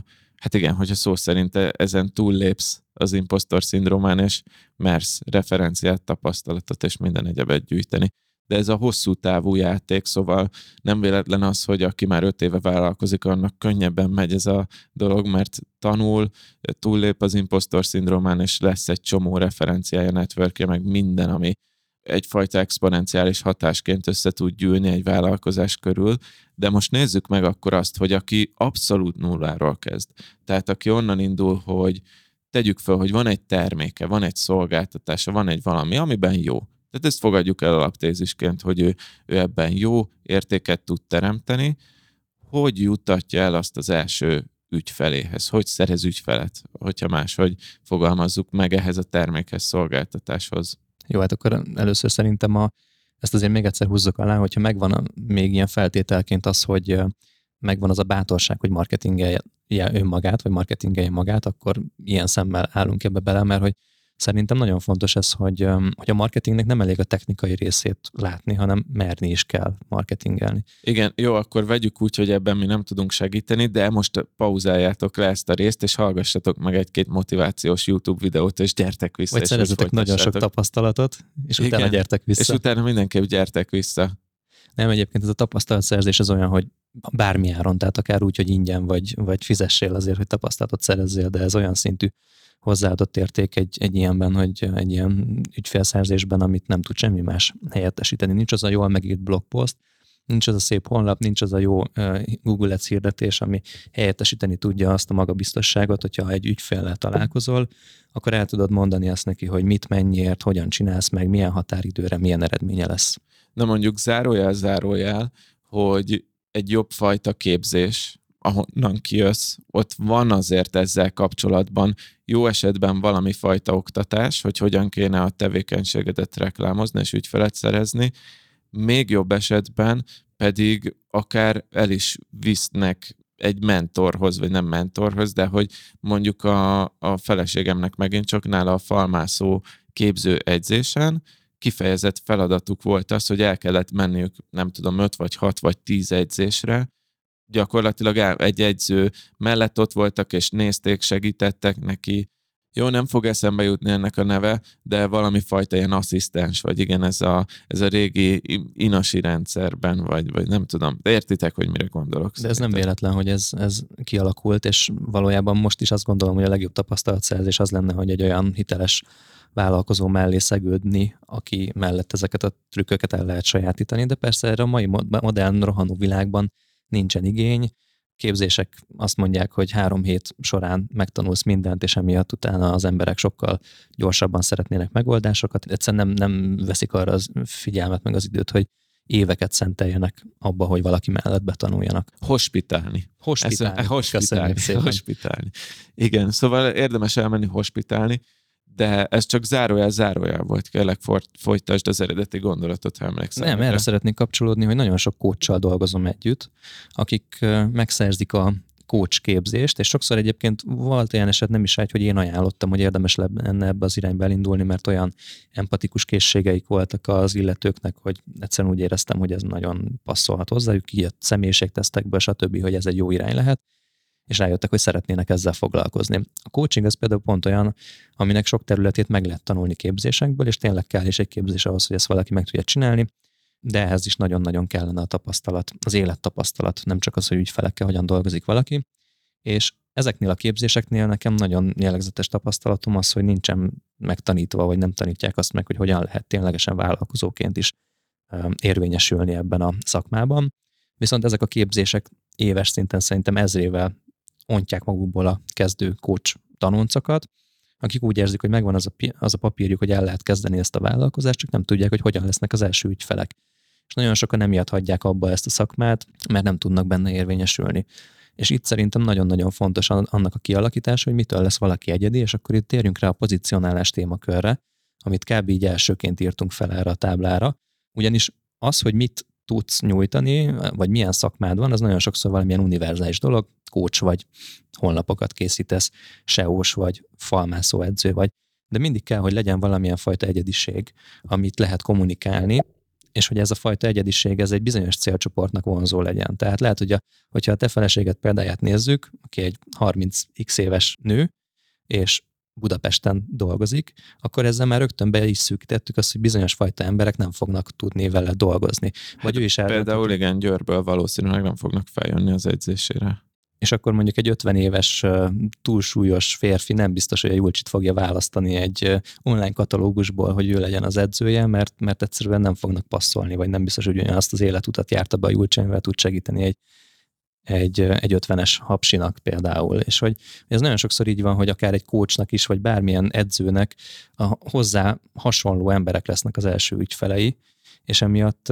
Speaker 2: szó szerint ezen túllépsz az impostor szindrómán, és mersz referenciát, tapasztalatot és minden egyebet gyűjteni. De ez a hosszú távú játék, szóval nem véletlen az, hogy aki már 5 éve vállalkozik, annak könnyebben megy ez a dolog, mert tanul, túllép az impostor szindrómán, és lesz egy csomó referenciája, networkje, meg minden, ami egyfajta exponenciális hatásként össze tud gyűlni egy vállalkozás körül, de most nézzük meg akkor azt, hogy aki abszolút nulláról kezd, tehát aki onnan indul, hogy tegyük fel, hogy van egy terméke, van egy szolgáltatása, van egy valami, amiben jó. Tehát ezt fogadjuk el alaptézisként, hogy ő ebben jó értéket tud teremteni, hogy juttatja el azt az első ügyfeléhez, hogy szerez ügyfelet, hogyha máshogy fogalmazzuk meg ehhez a termékhez, szolgáltatáshoz.
Speaker 1: Jó, hát akkor először szerintem ezt azért még egyszer húzzuk alá, hogyha megvan még ilyen feltételként az, hogy megvan az a bátorság, hogy marketingelje önmagát, vagy marketingelje magát, akkor ilyen szemmel állunk ebbe bele, mert hogy szerintem nagyon fontos ez, hogy a marketingnek nem elég a technikai részét látni, hanem merni is kell marketingelni.
Speaker 2: Igen, jó, akkor vegyük úgy, hogy ebben mi nem tudunk segíteni, de most pauzáljátok le ezt a részt, és hallgassatok meg egy-két motivációs YouTube videót, és gyertek vissza.
Speaker 1: Vagy szerezzetek nagyon sok tapasztalatot, és utána gyertek vissza.
Speaker 2: És utána mindenképp gyertek vissza.
Speaker 1: Nem, egyébként ez a tapasztalatszerzés az olyan, hogy bármi áron, tehát akár úgy, hogy ingyen vagy fizessél azért, hogy tapasztalatot szerezzél, de ez olyan szintű hozzáadott érték egy ilyenben, hogy egy ilyen ügyfélszerzésben, amit nem tud semmi más helyettesíteni. Nincs az a jól megírt blogpost, nincs az a szép honlap, nincs az a jó Google Ads hirdetés, ami helyettesíteni tudja azt a magabiztosságot, hogyha egy ügyféllel találkozol, akkor el tudod mondani azt neki, hogy mit, mennyiért, hogyan csinálsz meg, milyen határidőre, milyen eredménye lesz.
Speaker 2: Na mondjuk zárójel, hogy egy jobb fajta képzés, ahonnan kijössz, ott van azért ezzel kapcsolatban jó esetben valami fajta oktatás, hogy hogyan kéne a tevékenységedet reklámozni és ügyfelet szerezni, még jobb esetben pedig akár el is visznek egy mentorhoz, vagy nem mentorhoz, de hogy mondjuk a feleségemnek megint csak nála a falmászó képző edzésen kifejezett feladatuk volt az, hogy el kellett menniük, nem tudom, 5 vagy 6 vagy 10 edzésre, gyakorlatilag egy edző mellett ott voltak, és nézték, segítettek neki. Jó, nem fog eszembe jutni ennek a neve, de valami fajta ilyen asszisztens, vagy igen, ez a régi inasi rendszerben, vagy nem tudom. De értitek, hogy mire gondolok.
Speaker 1: De ez nem véletlen, hogy ez kialakult, és valójában most is azt gondolom, hogy a legjobb tapasztalatszerzés az lenne, hogy egy olyan hiteles vállalkozó mellé szegődni, aki mellett ezeket a trükköket el lehet sajátítani, de persze erre a mai modern rohanó világban nincsen igény. Képzések azt mondják, hogy 3 hét során megtanulsz mindent, és emiatt utána az emberek sokkal gyorsabban szeretnének megoldásokat. Egyszerűen nem veszik arra az figyelmet, meg az időt, hogy éveket szenteljenek abba, hogy valaki mellett betanuljanak.
Speaker 2: Hospitálni.
Speaker 1: Hospitálni.
Speaker 2: Igen, szóval érdemes elmenni hospitálni, de ez csak zárójel volt, kérlek folytasd az eredeti gondolatot, ha emlékszem.
Speaker 1: Nem, erre szeretnék kapcsolódni, hogy nagyon sok coachsal dolgozom együtt, akik megszerzik a coach képzést, és sokszor egyébként volt olyan eset, nem is egy, hogy én ajánlottam, hogy érdemes lenne ebbe az irányba elindulni, mert olyan empatikus készségeik voltak az illetőknek, hogy egyszerűen úgy éreztem, hogy ez nagyon passzolhat hozzájuk, így a személyiségtesztekből, stb., hogy ez egy jó irány lehet, és rájöttek, hogy szeretnének ezzel foglalkozni. A coaching az például pont olyan, aminek sok területét meg lehet tanulni képzésekből, és tényleg kell is egy képzés ahhoz, hogy ezt valaki meg tudja csinálni, de ehhez is nagyon-nagyon kellene a tapasztalat, az élettapasztalat, nem csak az, hogy ügyfelekkel hogyan dolgozik valaki, és ezeknél a képzéseknél nekem nagyon jellegzetes tapasztalatom az, hogy nincsen megtanítva, vagy nem tanítják azt meg, hogy hogyan lehet ténylegesen vállalkozóként is érvényesülni ebben a szakmában. Viszont ezek a képzések éves szinten szerintem ezrével ontják magukból a kezdő coach tanoncokat, akik úgy érzik, hogy megvan az a papírjuk, hogy el lehet kezdeni ezt a vállalkozást, csak nem tudják, hogy hogyan lesznek az első ügyfelek. és nagyon sokan emiatt hagyják abba ezt a szakmát, mert nem tudnak benne érvényesülni. És itt szerintem nagyon-nagyon fontos annak a kialakítása, hogy mitől lesz valaki egyedi, és akkor itt térjünk rá a pozicionálás témakörre, amit kb. Így elsőként írtunk fel erre a táblára. Ugyanis az, hogy mit tudsz nyújtani, vagy milyen szakmád van, az nagyon sokszor valamilyen univerzális dolog, coach vagy, honlapokat készítesz, SEO-s vagy, falmászó edző vagy, de mindig kell, hogy legyen valamilyen fajta egyediség, amit lehet kommunikálni, és hogy ez a fajta egyediség, ez egy bizonyos célcsoportnak vonzó legyen. Tehát lehet, hogy hogyha a te feleséget példáját nézzük, aki egy 30x éves nő, és Budapesten dolgozik, akkor ezzel már rögtön be is szűkítettük azt, hogy bizonyos fajta emberek nem fognak tudni vele dolgozni. Vagy ő is
Speaker 2: például igen, Győrből valószínűleg nem fognak feljönni az edzésére.
Speaker 1: És akkor mondjuk egy 50 éves túlsúlyos férfi nem biztos, hogy a Julcsit fogja választani egy online katalógusból, hogy ő legyen az edzője, mert egyszerűen nem fognak passzolni, vagy nem biztos, hogy ugyanazt az életutat járta be a Julcsi, amivel tud segíteni egy 50-es hapsinak például. És hogy ez nagyon sokszor így van, hogy akár egy coachnak is, vagy bármilyen edzőnek hozzá hasonló emberek lesznek az első ügyfelei, és emiatt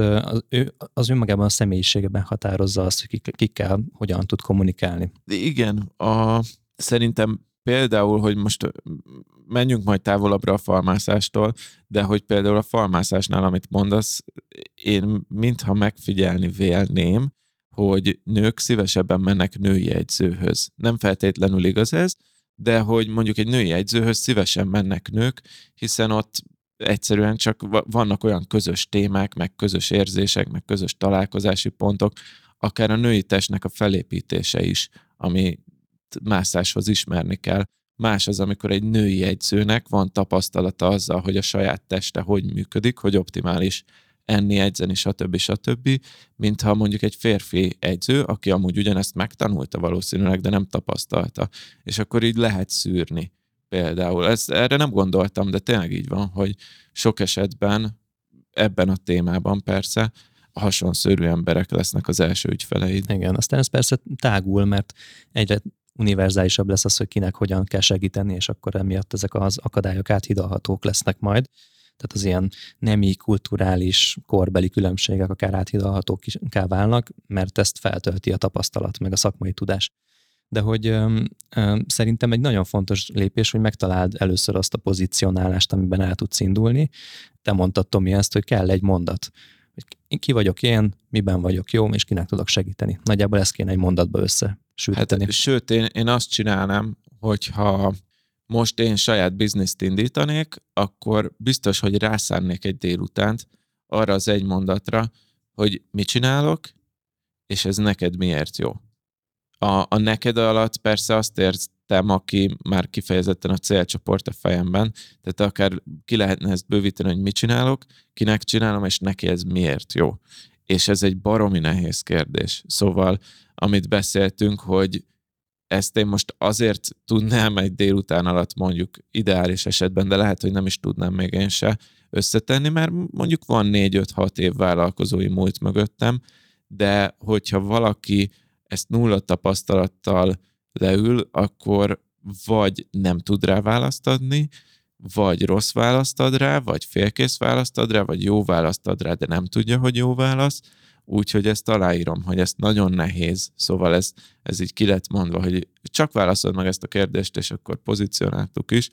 Speaker 1: az önmagában a személyiségében határozza azt, hogy kikkel hogyan tud kommunikálni.
Speaker 2: Igen, szerintem például, hogy most menjünk majd távolabbra a falmászástól, de hogy például a falmászásnál, amit mondasz, én mintha megfigyelni vélném, hogy nők szívesebben mennek női edzőhöz. Nem feltétlenül igaz ez, de hogy mondjuk egy női edzőhöz szívesen mennek nők, hiszen ott egyszerűen csak vannak olyan közös témák, meg közös érzések, meg közös találkozási pontok, akár a női testnek a felépítése is, ami mászáshoz ismerni kell. Más az, amikor egy női edzőnek van tapasztalata azzal, hogy a saját teste hogy működik, hogy optimális enni, edzeni, stb. Mintha mondjuk egy férfi edző, aki amúgy ugyanezt megtanulta valószínűleg, de nem tapasztalta. És akkor így lehet szűrni. Például. Erre nem gondoltam, de tényleg így van, hogy sok esetben ebben a témában persze hasonszörű emberek lesznek az első ügyfeleid.
Speaker 1: Igen, aztán ez persze tágul, mert egyre univerzálisabb lesz az, hogy kinek hogyan kell segíteni, és akkor emiatt ezek az akadályok áthidalhatók lesznek majd. Tehát az ilyen nemi, kulturális, korbeli különbségek akár áthidalhatókká válnak, mert ezt feltölti a tapasztalat, meg a szakmai tudás. De hogy szerintem egy nagyon fontos lépés, hogy megtaláld először azt a pozicionálást, amiben el tudsz indulni. Te mondtad, Tomi, ezt, hogy kell egy mondat. Hogy ki vagyok én, miben vagyok jó, és kinek tudok segíteni. Nagyjából ezt kéne egy mondatba összesültetni.
Speaker 2: Hát, sőt, én azt csinálnám, hogyha most én saját bizniszt indítanék, akkor biztos, hogy rászánnék egy délutánt arra az egy mondatra, hogy mit csinálok, és ez neked miért jó. A neked alatt persze azt értem, aki már kifejezetten a célcsoport a fejemben, tehát akár ki lehetne ezt bővíteni, hogy mit csinálok, kinek csinálom, és neki ez miért jó. És ez egy baromi nehéz kérdés. Szóval, amit beszéltünk, hogy ezt én most azért tudnám egy délután alatt mondjuk ideális esetben, de lehet, hogy nem is tudnám még én se összetenni, mert mondjuk van 4-5-6 év vállalkozói múlt mögöttem, de hogyha valaki ezt nulla tapasztalattal leül, akkor vagy nem tud rá választ adni, vagy rossz választ ad rá, vagy félkész választ ad rá, vagy jó választ ad rá, de nem tudja, hogy jó válasz. Úgyhogy ezt aláírom, hogy ezt nagyon nehéz. Szóval ez így ki lett mondva, hogy csak válaszold meg ezt a kérdést, és akkor pozícionáltuk is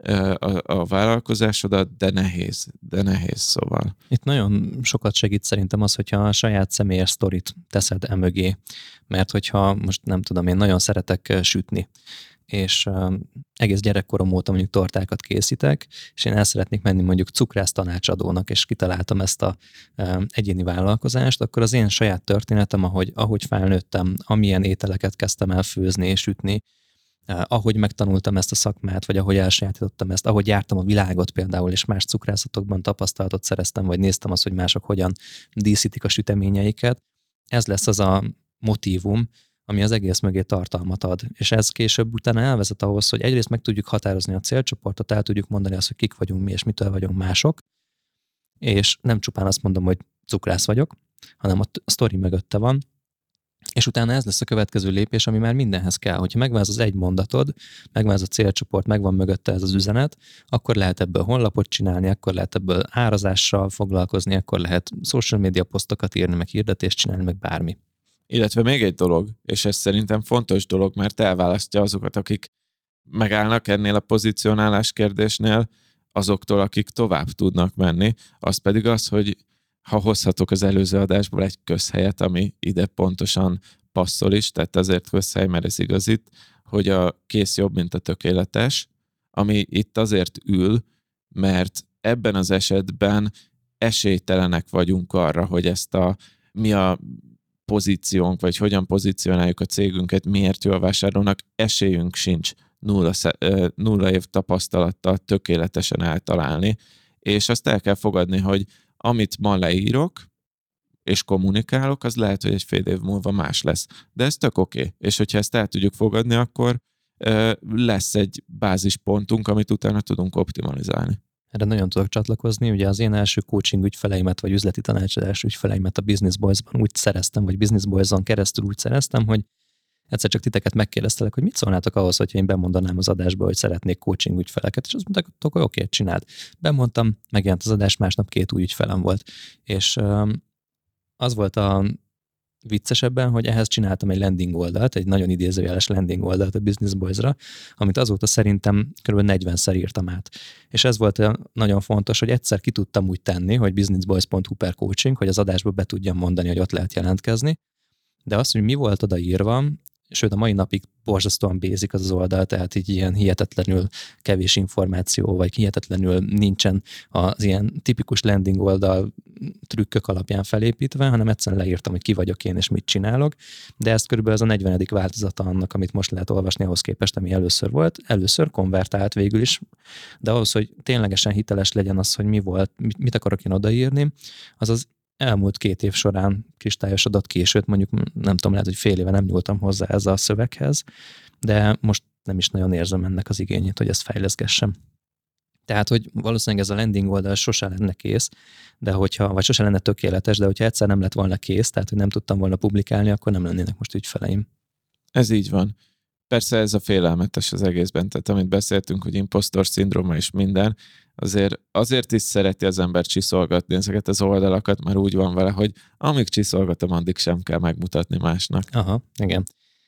Speaker 2: a vállalkozásodat, de nehéz szóval.
Speaker 1: Itt nagyon sokat segít szerintem az, hogyha a saját személyes sztorit teszed emögé, mert hogyha most nem tudom, én nagyon szeretek sütni, és egész gyerekkorom óta mondjuk tortákat készítek, és én el szeretnék menni mondjuk cukrász tanácsadónak, és kitaláltam ezt a egyéni vállalkozást, akkor az én saját történetem, ahogy felnőttem, amilyen ételeket kezdtem el főzni és sütni, ahogy megtanultam ezt a szakmát, vagy ahogy elsajátítottam ezt, ahogy jártam a világot például, és más cukrászatokban tapasztalatot szereztem, vagy néztem azt, hogy mások hogyan díszítik a süteményeiket, ez lesz az a motívum, ami az egész mögé tartalmat ad. És ez később utána elvezet ahhoz, hogy egyrészt meg tudjuk határozni a célcsoportot, el tudjuk mondani azt, hogy kik vagyunk mi, és mitől vagyunk mások, és nem csupán azt mondom, hogy cukrász vagyok, hanem a sztori mögötte van, És utána ez lesz a következő lépés, ami már mindenhez kell. Hogyha megváz az egy mondatod, megváz a célcsoport, megvan mögötte ez az üzenet, akkor lehet ebből honlapot csinálni, akkor lehet ebből árazással foglalkozni, akkor lehet social media posztokat írni, meg hirdetést csinálni, meg bármi.
Speaker 2: Illetve még egy dolog, és ez szerintem fontos dolog, mert elválasztja azokat, akik megállnak ennél a pozicionálás kérdésnél, azoktól, akik tovább tudnak menni, az pedig az, hogy ha hozhatok az előző adásból egy közhelyet, ami ide pontosan passzol is, tehát azért közhely, mert ez igazít, hogy a kész jobb, mint a tökéletes, ami itt azért ül, mert ebben az esetben esélytelenek vagyunk arra, hogy mi a pozíciónk, vagy hogyan pozícionáljuk a cégünket, miért jól vásárolnak, esélyünk sincs nulla év tapasztalattal tökéletesen eltalálni, és azt el kell fogadni, hogy amit ma leírok, és kommunikálok, az lehet, hogy egy fél év múlva más lesz. De ez tök oké. És hogyha ezt el tudjuk fogadni, akkor lesz egy bázispontunk, amit utána tudunk optimalizálni.
Speaker 1: Erre nagyon tudok csatlakozni. Ugye az én első coaching ügyfeleimet, vagy üzleti tanácsadás ügyfeleimet a Business Boys-ban úgy szereztem, vagy Business Boys-on keresztül úgy szereztem, hogy egyszer csak titeket megkérdeztelek, hogy mit szólnátok ahhoz, hogyha én bemondanám az adásba, hogy szeretnék coaching ügyfeleket, és azt mondták, hogy oké, csináld. Bemondtam, megjelent az adás, másnap 2 új ügyfelem volt. És az volt a viccesebben, hogy ehhez csináltam egy landing oldalt, egy nagyon idézőjeles landing oldalt a Business Boys-ra, amit azóta szerintem kb. 40-szer írtam át. És ez volt nagyon fontos, hogy egyszer ki tudtam úgy tenni, hogy businessboys.hu/coaching, hogy az adásba be tudjam mondani, hogy ott lehet jelentkezni, de az, hogy mi volt odaírva, sőt a mai napig borzasztóan basic az oldal, tehát így ilyen hihetetlenül kevés információ, vagy hihetetlenül nincsen az ilyen tipikus landing oldal trükkök alapján felépítve, hanem egyszerűen leírtam, hogy ki vagyok én, és mit csinálok, de ez körülbelül az a 40. változata annak, amit most lehet olvasni ahhoz képest, ami először volt. Először konvertált végül is, de ahhoz, hogy ténylegesen hiteles legyen az, hogy mi volt, mit akarok én odaírni, az elmúlt 2 év során kristályosodott ki, sőt mondjuk nem tudom, lehet, hogy fél éve nem nyúltam hozzá ezzel a szöveghez, de most nem is nagyon érzem ennek az igényét, hogy ezt fejleszgessem. Tehát, hogy valószínűleg ez a landing oldal sose lenne kész, vagy sose lenne tökéletes, de hogyha egyszer nem lett volna kész, tehát, hogy nem tudtam volna publikálni, akkor nem lennének most ügyfeleim.
Speaker 2: Ez így van. Persze ez a félelmetes az egészben, tehát amit beszéltünk, hogy impostor szindróma és minden, azért is szereti az ember csiszolgatni ezeket az oldalakat, mert úgy van vele, hogy amíg csiszolgatom, addig sem kell megmutatni másnak.
Speaker 1: Aha, igen.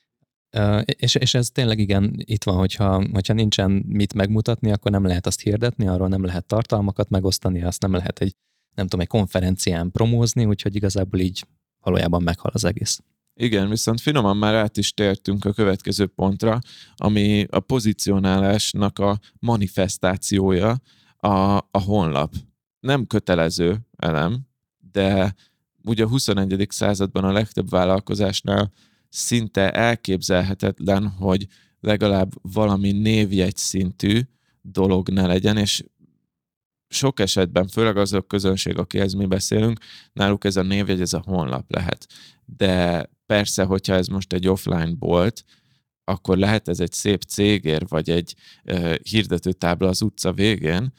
Speaker 1: És ez tényleg igen, itt van, hogyha nincsen mit megmutatni, akkor nem lehet azt hirdetni, arról nem lehet tartalmakat megosztani, azt nem lehet egy konferencián promózni, úgyhogy igazából így valójában meghal az egész.
Speaker 2: Igen, viszont finoman már át is tértünk a következő pontra, ami a pozicionálásnak a manifestációja, a honlap. Nem kötelező elem, de ugye a 21. században a legtöbb vállalkozásnál szinte elképzelhetetlen, hogy legalább valami névjegy szintű dolog ne legyen, és sok esetben, főleg azok közönség, akihez mi beszélünk, náluk ez a névjegy, ez a honlap lehet. De persze, hogyha ez most egy offline bolt, akkor lehet ez egy szép cégér, vagy egy hirdetőtábla az utca végén,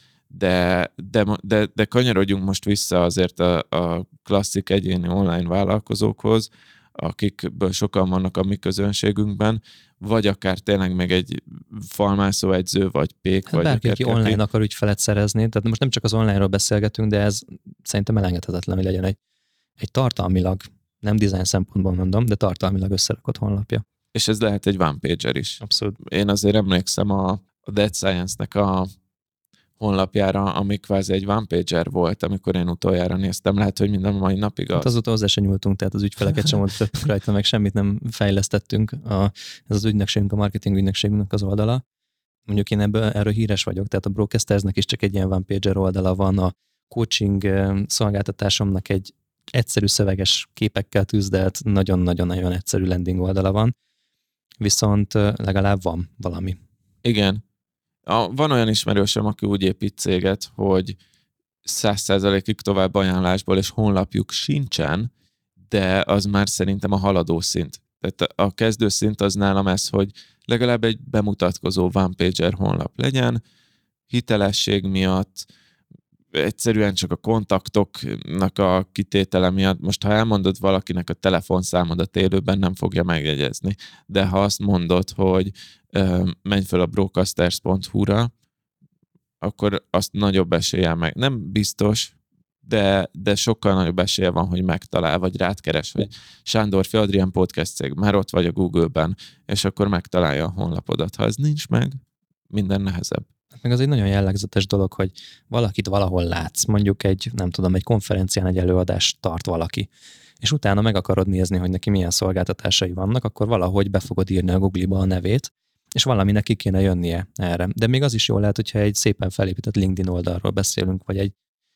Speaker 2: de kanyarodjunk most vissza azért a klasszik egyéni online vállalkozókhoz, akikből sokan vannak a mi közönségünkben, vagy akár tényleg meg egy falmászó edző, vagy pék, vagy
Speaker 1: bárki, aki online akar ügyfelet szerezni, tehát most nem csak az online-ról beszélgetünk, de ez szerintem elengedhetetlen, hogy legyen egy tartalmilag, nem design szempontból mondom, de tartalmilag összerakott honlapja.
Speaker 2: És ez lehet egy one-pager is.
Speaker 1: Abszolút.
Speaker 2: Én azért emlékszem a Dead Science-nek a honlapjára, ami kvázi egy one-pager volt, amikor én utoljára néztem. Lehet, hogy minden mai napig az.
Speaker 1: Hát azóta hozzá sem nyúltunk, tehát az ügyfeleket sem mondtuk rajta, meg semmit nem fejlesztettünk. Ez az ügynökségünk, a marketing ügynökségünknek az oldala. Mondjuk én erről híres vagyok, tehát a Broadcastersnek is csak egy ilyen one-pager oldala van, a coaching szolgáltatásomnak egy egyszerű szöveges képekkel tűzdelt, nagyon-nagyon-nagyon egyszerű landing oldala van, viszont legalább van valami.
Speaker 2: Igen. Van olyan ismerősöm, aki úgy épít céget, hogy 100%-ig tovább ajánlásból és honlapjuk sincsen, de az már szerintem a haladó szint. Tehát a kezdő szint az nálam ez, hogy legalább egy bemutatkozó one-pager honlap legyen, hitelesség miatt, egyszerűen csak a kontaktoknak a kitétele miatt. Most ha elmondod valakinek a telefonszámodat élőben, nem fogja megjegyezni. De ha azt mondod, hogy menj fel a brocasters.hu-ra, akkor azt nagyobb eséllyel meg. Nem biztos, de sokkal nagyobb esélye van, hogy megtalál, vagy rád keres, hogy Sándorfi Adrián podcast cég, már ott vagy a Google-ben, és akkor megtalálja a honlapodat. Ha ez nincs meg, minden nehezebb.
Speaker 1: Meg az egy nagyon jellegzetes dolog, hogy valakit valahol látsz, mondjuk egy konferencián egy előadást tart valaki, és utána meg akarod nézni, hogy neki milyen szolgáltatásai vannak, akkor valahogy be fogod írni a Google-ba a nevét, és valami neki kéne jönnie erre. De még az is jól lehet, hogyha egy szépen felépített LinkedIn oldalról beszélünk, vagy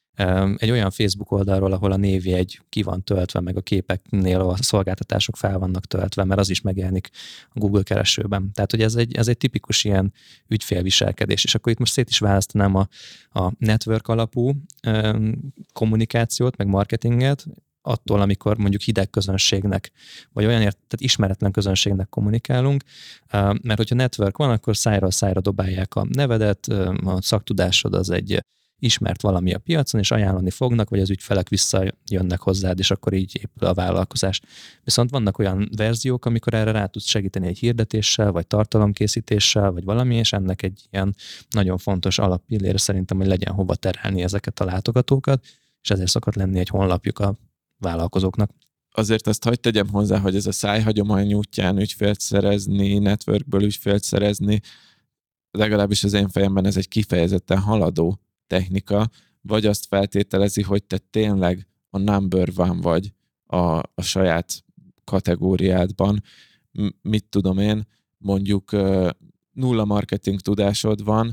Speaker 1: egy olyan Facebook oldalról, ahol a névjegy ki van töltve, meg a képeknél a szolgáltatások fel vannak töltve, mert az is megjelenik a Google keresőben. Tehát, hogy ez egy tipikus ilyen ügyfélviselkedés. És akkor itt most szét is választanám a network alapú kommunikációt, meg marketinget, attól, amikor mondjuk hideg közönségnek, vagy olyan tehát ismeretlen közönségnek kommunikálunk, mert hogyha network van, akkor szájról szájra dobálják a nevedet, a szaktudásod az egy ismert valami a piacon, és ajánlani fognak, vagy az ügyfelek visszajönnek hozzád, és akkor így épül a vállalkozás. Viszont vannak olyan verziók, amikor erre rá tudsz segíteni egy hirdetéssel, vagy tartalomkészítéssel, vagy valami, és ennek egy ilyen nagyon fontos alappillére szerintem, hogy legyen hova terelni ezeket a látogatókat, és ezért szokott lenni egy honlapjuk a vállalkozóknak.
Speaker 2: Azért azt hagyd tegyem hozzá, hogy ez a szájhagyomány útján ügyfélt szerezni, networkből ügyfélt szerezni, legalábbis az én fejemben ez egy kifejezetten haladó technika, vagy azt feltételezi, hogy te tényleg a number one vagy a saját kategóriádban. Mit tudom én, mondjuk nulla marketing tudásod van,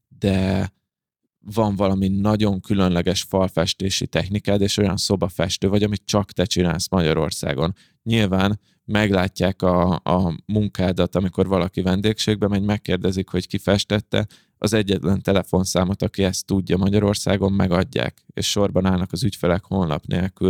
Speaker 2: de van valami nagyon különleges falfestési technikád, és olyan szobafestő vagy, amit csak te csinálsz Magyarországon. Nyilván meglátják a munkádat, amikor valaki vendégségbe megy, megkérdezik, hogy ki festette, az egyetlen telefonszámot, aki ezt tudja Magyarországon, megadják, és sorban állnak az ügyfelek honlap nélkül.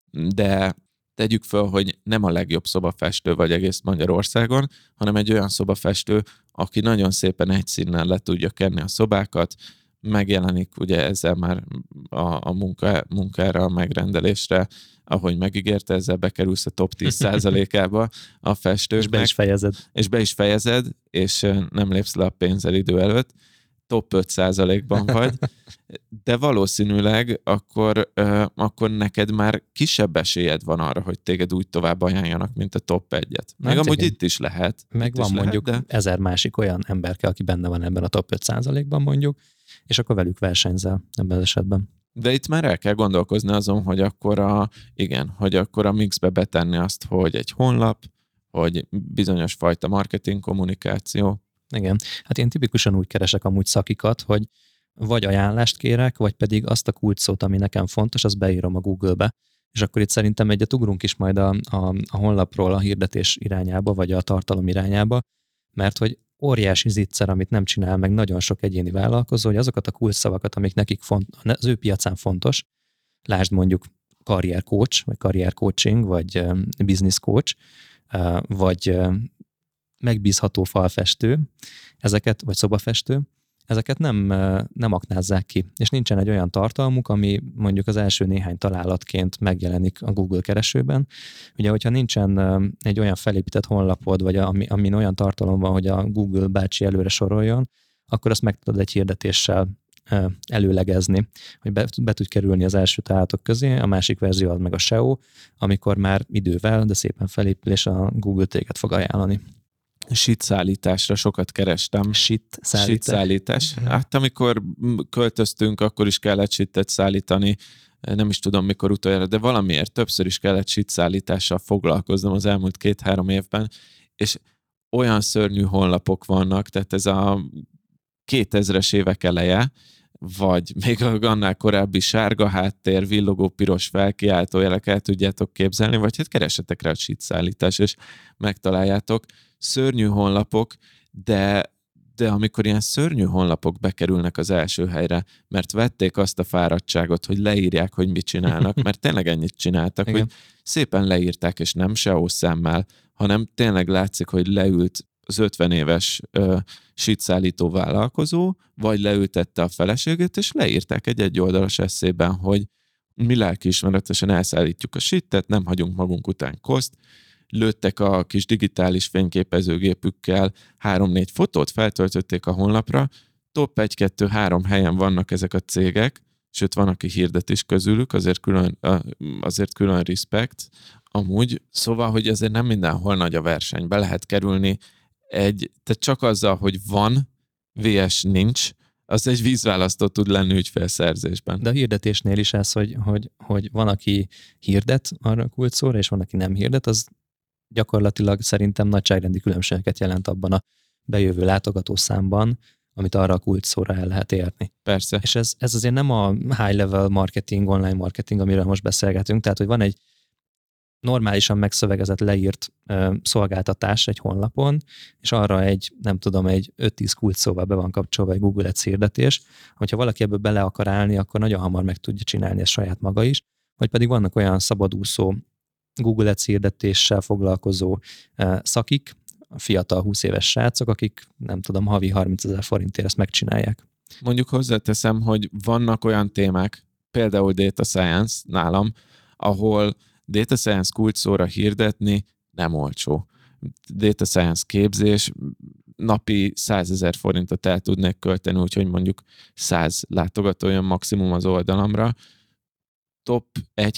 Speaker 2: De tegyük föl, hogy nem a legjobb szobafestő vagy egész Magyarországon, hanem egy olyan szobafestő, aki nagyon szépen egy színnel le tudja kenni a szobákat, megjelenik ugye ezzel már a munkára, a megrendelésre, ahogy megígérte, ezzel bekerülsz a top 10%-ába a festőknek.
Speaker 1: És be is fejezed.
Speaker 2: És nem lépsz le a pénzelidő előtt. Top 5%-ban vagy, de valószínűleg akkor neked már kisebb esélyed van arra, hogy téged úgy tovább ajánljanak, mint a top 1-et. Meg amúgy itt is lehet.
Speaker 1: Meg van mondjuk 1000 másik olyan emberke, aki benne van ebben a top 5%-ban mondjuk, és akkor velük versenyzel ebben az esetben.
Speaker 2: De itt már el kell gondolkozni azon, hogy akkor a mixbe betenni azt, hogy egy honlap, hogy bizonyos fajta marketing kommunikáció.
Speaker 1: Igen. Hát én tipikusan úgy keresek amúgy szakikat, hogy vagy ajánlást kérek, vagy pedig azt a kulcsszót, ami nekem fontos, azt beírom a Google-be, és akkor itt szerintem egyet ugrunk is majd a honlapról a hirdetés irányába, vagy a tartalom irányába, mert hogy óriási zicser, amit nem csinál meg nagyon sok egyéni vállalkozó, hogy azokat a kulcsszavakat, amik nekik az ő piacán fontos, lásd mondjuk career coach, vagy career coaching, vagy business coach, vagy megbízható falfestő, ezeket, vagy szobafestő, ezeket nem aknázzák ki, és nincsen egy olyan tartalmuk, ami mondjuk az első néhány találatként megjelenik a Google keresőben. Ugye, hogyha nincsen egy olyan felépített honlapod, vagy amin olyan tartalom van, hogy a Google bácsi előre soroljon, akkor azt meg tudod egy hirdetéssel előlegezni, hogy be tud kerülni az első találatok közé, a másik verzió az meg a SEO, amikor már idővel, de szépen felépül, és a Google téged fog ajánlani.
Speaker 2: Shit szállításra sokat kerestem.
Speaker 1: Shit
Speaker 2: szállítás. Hát amikor költöztünk, akkor is kellett shitet szállítani, nem is tudom mikor utoljára, de valamiért többször is kellett shit szállítással foglalkoznom az elmúlt 2-3 évben, és olyan szörnyű honlapok vannak, tehát ez a 2000-es évek eleje, vagy még annál korábbi sárga háttér, villogó piros felkiáltójelek el tudjátok képzelni, vagy hát keressetek rá a shit szállítás, és megtaláljátok. Szörnyű honlapok, de amikor ilyen szörnyű honlapok bekerülnek az első helyre, mert vették azt a fáradtságot, hogy leírják, hogy mit csinálnak, mert tényleg ennyit csináltak, hogy szépen leírták, és nem SEO szemmel, hanem tényleg látszik, hogy leült az 50 éves sítszállító vállalkozó, vagy leültette a feleségét, és leírták egy egyoldalas esszében, hogy mi lelkiismeretesen elszállítjuk a sittet, nem hagyunk magunk után koszt, lőttek a kis digitális fényképezőgépükkel 3-4 fotót, feltöltötték a honlapra, top 1-2-3 helyen vannak ezek a cégek, sőt van, aki hirdet is közülük, azért külön respekt. Amúgy, szóval, hogy azért nem mindenhol nagy a verseny, be lehet kerülni tehát csak azzal, hogy van, VS nincs, az egy vízválasztó tud lenni ügyfélszerzésben.
Speaker 1: De a hirdetésnél is ez, hogy van, aki hirdet arra a kulcsszóra, és van, aki nem hirdet, az gyakorlatilag szerintem nagyságrendi különbségeket jelent abban a bejövő látogatószámban, amit arra a kulcsszóra el lehet érni.
Speaker 2: Persze.
Speaker 1: És ez azért nem a high-level marketing, online marketing, amiről most beszélgetünk, tehát, hogy van egy normálisan megszövegezett, leírt szolgáltatás egy honlapon, és arra egy 5-10 kulcsszóval be van kapcsolva egy Google Ads hirdetés, hogyha valaki ebből bele akar állni, akkor nagyon hamar meg tudja csinálni ezt saját maga is, vagy pedig vannak olyan szabadúszó Google Ads hirdetéssel foglalkozó szakik, fiatal 20 éves srácok, akik havi 30 000 forintért ezt megcsinálják.
Speaker 2: Mondjuk hozzáteszem, hogy vannak olyan témák, például Data Science nálam, ahol Data Science kulcsszóra hirdetni nem olcsó. Data Science képzés, napi 100 000 forintot el tudnék költeni, úgyhogy mondjuk 100 látogató jön maximum az oldalamra. Top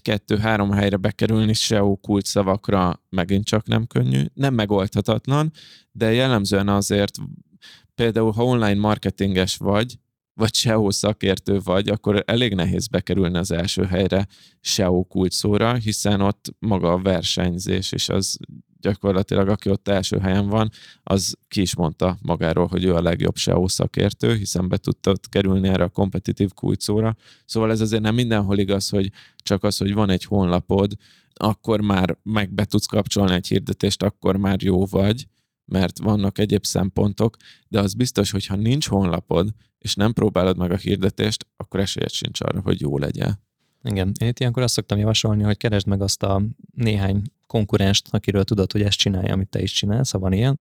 Speaker 2: 1-2-3 helyre bekerülni SEO kulcsszavakra megint csak nem könnyű, nem megoldhatatlan, de jellemzően azért például, ha online marketinges vagy SEO szakértő vagy, akkor elég nehéz bekerülni az első helyre SEO kulcsszóra, hiszen ott maga a versenyzés, és az gyakorlatilag, aki ott első helyen van, az ki is mondta magáról, hogy ő a legjobb SEO szakértő, hiszen be tudta kerülni erre a kompetitív kulcsszóra. Szóval ez azért nem mindenhol igaz, hogy csak az, hogy van egy honlapod, akkor már meg be tudsz kapcsolni egy hirdetést, akkor már jó vagy, mert vannak egyéb szempontok, de az biztos, hogy ha nincs honlapod, és nem próbálod meg a hirdetést, akkor esélyed sincs arra, hogy jó legyen.
Speaker 1: Igen, én itt ilyenkor azt szoktam javasolni, hogy keresd meg azt a néhány konkurenst, akiről tudod, hogy ezt csinálja, amit te is csinálsz, ha van ilyen,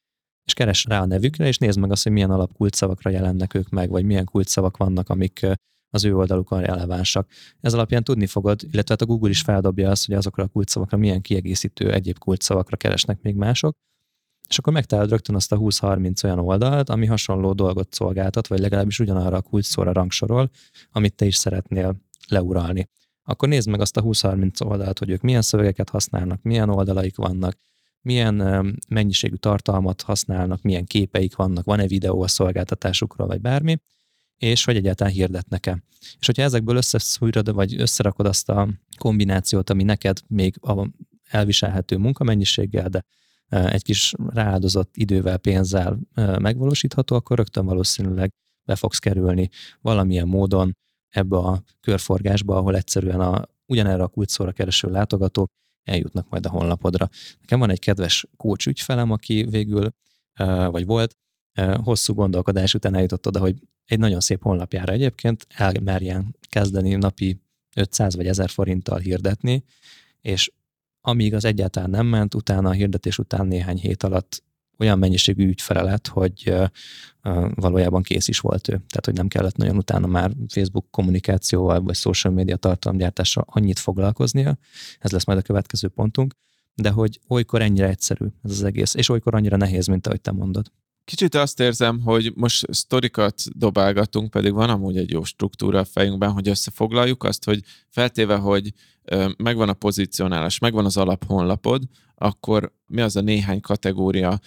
Speaker 1: és keresd rá a nevükre, és nézd meg azt, hogy milyen alapkulcsszavakra jelennek ők meg, vagy milyen kulcsszavak vannak, amik az ő oldalukon relevánsak. Ez alapján tudni fogod, illetve a Google is feldobja azt, hogy azokra a kulcsszavakra milyen kiegészítő egyéb kulcsszavakra keresnek még mások, és akkor megtalálod rögtön azt a 20-30 olyan oldalt, ami hasonló dolgot szolgáltat, vagy legalábbis ugyanarra a kulcsszóra rangsorol, amit te is szeretnél leuralni. Akkor nézd meg azt a 20-30 oldalt, hogy ők milyen szövegeket használnak, milyen oldalaik vannak, milyen mennyiségű tartalmat használnak, milyen képeik vannak, van-e videó a szolgáltatásukról, vagy bármi, és hogy egyáltalán hirdetnek-e. És hogyha ezekből összeszúrod, vagy összerakod azt a kombinációt, ami neked még a elviselhető munkamennyiséggel, de egy kis rááldozott idővel, pénzzel megvalósítható, akkor rögtön valószínűleg be fogsz kerülni valamilyen módon ebbe a körforgásba, ahol egyszerűen ugyanerre a kulcsszóra kereső látogatók eljutnak majd a honlapodra. Nekem van egy kedves coach ügyfelem, aki végül, vagy volt, hosszú gondolkodás után eljutott oda, hogy egy nagyon szép honlapjára egyébként elmerjen kezdeni napi 500 vagy 1000 forinttal hirdetni, és amíg az egyáltalán nem ment, utána a hirdetés után néhány hét alatt olyan mennyiségű ügyfele lett, hogy valójában kész is volt ő. Tehát, hogy nem kellett nagyon utána már Facebook kommunikációval, vagy social media tartalomgyártással annyit foglalkoznia. Ez lesz majd a következő pontunk. De hogy olykor ennyire egyszerű ez az egész, és olykor annyira nehéz, mint ahogy te mondod.
Speaker 2: Kicsit azt érzem, hogy most sztorikat dobálgatunk, pedig van amúgy egy jó struktúra a fejünkben, hogy összefoglaljuk azt, hogy feltéve, hogy megvan a pozícionálás, megvan az alaphonlapod, akkor mi az a néhány kategória,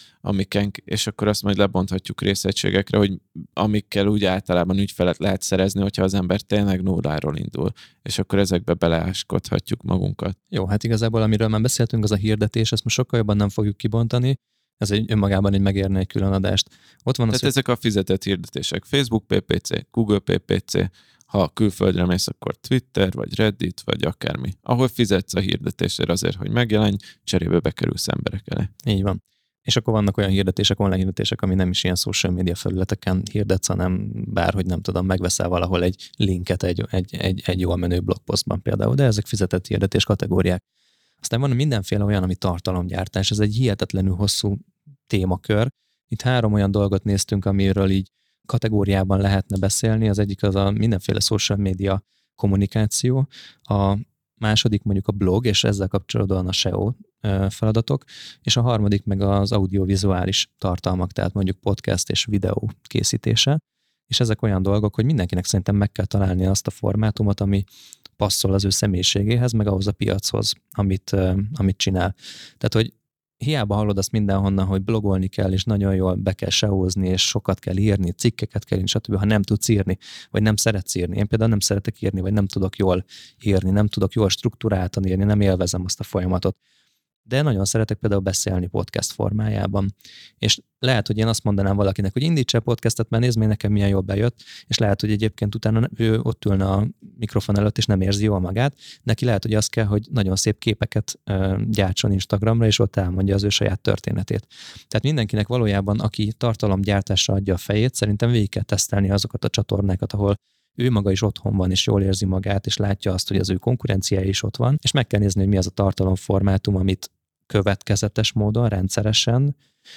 Speaker 2: és akkor azt majd lebonthatjuk részegységekre, hogy amikkel úgy általában ügyfelet lehet szerezni, hogyha az ember tényleg nulláról indul, és akkor ezekbe beleáskodhatjuk magunkat.
Speaker 1: Jó, hát igazából amiről már beszéltünk, az a hirdetés, ezt most sokkal jobban nem fogjuk kibontani, ez önmagában egy megérne egy külön adást. Ott van
Speaker 2: tehát ezek a fizetett hirdetések, Facebook PPC, Google PPC, ha külföldre mész, akkor Twitter, vagy Reddit, vagy akármi. Ahol fizetsz a hirdetésért azért, hogy megjelenj, cserébe bekerülsz emberek elé.
Speaker 1: Így van. És akkor vannak olyan hirdetések, online hirdetések, ami nem is ilyen social media felületeken hirdetsz, hanem bárhogy megveszel valahol egy linket egy jól menő blogpostban például, de ezek fizetett hirdetés kategóriák. Aztán van mindenféle olyan, ami tartalomgyártás, ez egy hihetetlenül hosszú témakör. Itt 3 olyan dolgot néztünk, amiről így kategóriában lehetne beszélni. Az egyik az a mindenféle social media kommunikáció, a második mondjuk a blog, és ezzel kapcsolatban a SEO feladatok, és a harmadik meg az audiovizuális tartalmak, tehát mondjuk podcast és videó készítése. És ezek olyan dolgok, hogy mindenkinek szerintem meg kell találni azt a formátumot, ami passzol az ő személyiségéhez, meg ahhoz a piachoz, amit csinál. Tehát, hogy hiába hallod azt mindenhonnan, hogy blogolni kell, és nagyon jól be kell SEO-zni, és sokat kell írni, cikkeket kell írni, stb., ha nem tudsz írni, vagy nem szeretsz írni. Én például nem szeretek írni, vagy nem tudok jól írni, nem tudok jól struktúráltan írni, nem élvezem azt a folyamatot. De nagyon szeretek például beszélni podcast formájában. És lehet, hogy én azt mondanám valakinek, hogy indítsa a podcastet, mert nézd meg nekem milyen jól bejött, és lehet, hogy egyébként utána ő ott ülne a mikrofon előtt, és nem érzi jól magát. Neki lehet, hogy az kell, hogy nagyon szép képeket gyártson Instagramra, és ott elmondja az ő saját történetét. Tehát mindenkinek valójában, aki tartalomgyártásra adja a fejét, szerintem végig kell tesztelni azokat a csatornákat, ahol ő maga is otthon van, és jól érzi magát, és látja azt, hogy az ő konkurenciája is ott van, és meg kell nézni, hogy mi az a tartalomformátum, amit következetes módon, rendszeresen,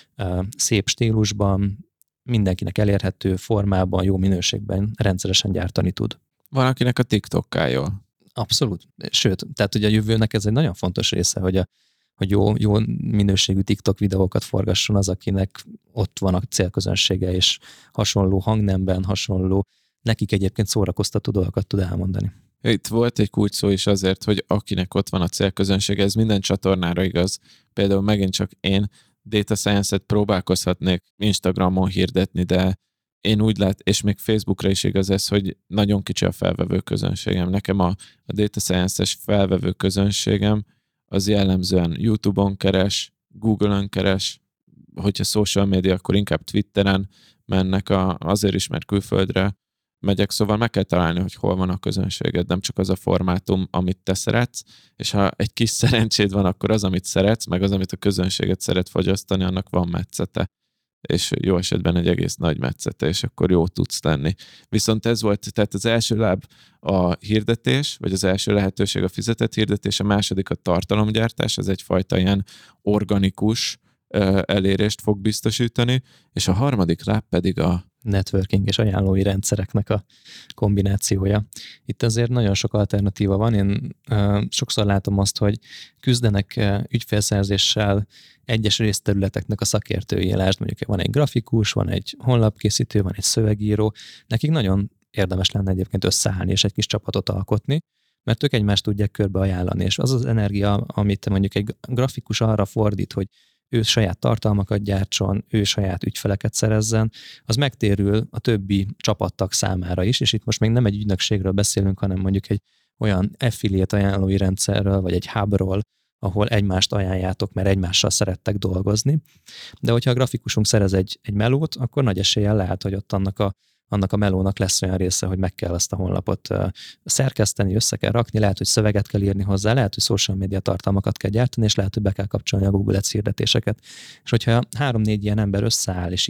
Speaker 1: szép stílusban, mindenkinek elérhető formában, jó minőségben rendszeresen gyártani tud.
Speaker 2: Van, akinek a TikTok-ká jól.
Speaker 1: Abszolút. Sőt, tehát hogy a jövőnek ez egy nagyon fontos része, hogy jó minőségű TikTok videókat forgasson az, akinek ott van a célközönsége, és hasonló hangnemben, hasonló, nekik egyébként szórakoztató dolgokat tud elmondani.
Speaker 2: Itt volt egy kulcs szó is azért, hogy akinek ott van a célközönsége, ez minden csatornára igaz. Például megint csak én data science-et próbálkozhatnék Instagramon hirdetni, de én úgy lát, és még Facebookra is igaz ez, hogy nagyon kicsi a felvevő közönségem. Nekem a data science-es felvevő közönségem az jellemzően YouTube-on keres, Google-on keres, hogyha social media, akkor inkább Twitteren mennek, azért is, mert külföldre megyek, szóval meg kell találni, hogy hol van a közönséged, nem csak az a formátum, amit te szeretsz, és ha egy kis szerencséd van, akkor az, amit szeretsz, meg az, amit a közönséget szeret fogyasztani, annak van metszete, és jó esetben egy egész nagy metszete, és akkor jó tudsz tenni. Viszont ez volt, tehát az első láb a hirdetés, vagy az első lehetőség a fizetett hirdetés, a második a tartalomgyártás, ez egyfajta ilyen organikus elérést fog biztosítani, és a harmadik láb pedig a
Speaker 1: networking és ajánlói rendszereknek a kombinációja. Itt azért nagyon sok alternatíva van. Én sokszor látom azt, hogy küzdenek ügyfélszerzéssel egyes részterületeknek a szakértői. Lásd, mondjuk van egy grafikus, van egy honlapkészítő, van egy szövegíró. Nekik nagyon érdemes lenne egyébként összeállni és egy kis csapatot alkotni, mert ők egymást tudják körbe ajánlani. És az az energia, amit mondjuk egy grafikus arra fordít, hogy ő saját tartalmakat gyártson, ő saját ügyfeleket szerezzen, az megtérül a többi csapattag számára is, és itt most még nem egy ügynökségről beszélünk, hanem mondjuk egy olyan affiliate ajánlói rendszerről, vagy egy hubról, ahol egymást ajánljátok, mert egymással szerettek dolgozni. De hogyha a grafikusunk szerez egy melót, akkor nagy eséllyel lehet, hogy ott annak a melónak lesz olyan része, hogy meg kell azt a honlapot szerkeszteni, össze kell rakni, lehet, hogy szöveget kell írni hozzá, lehet, hogy social media tartalmakat kell gyártani, és lehet, hogy be kell kapcsolni a Google Ads hirdetéseket. És hogyha 3-4 ilyen ember összeáll, és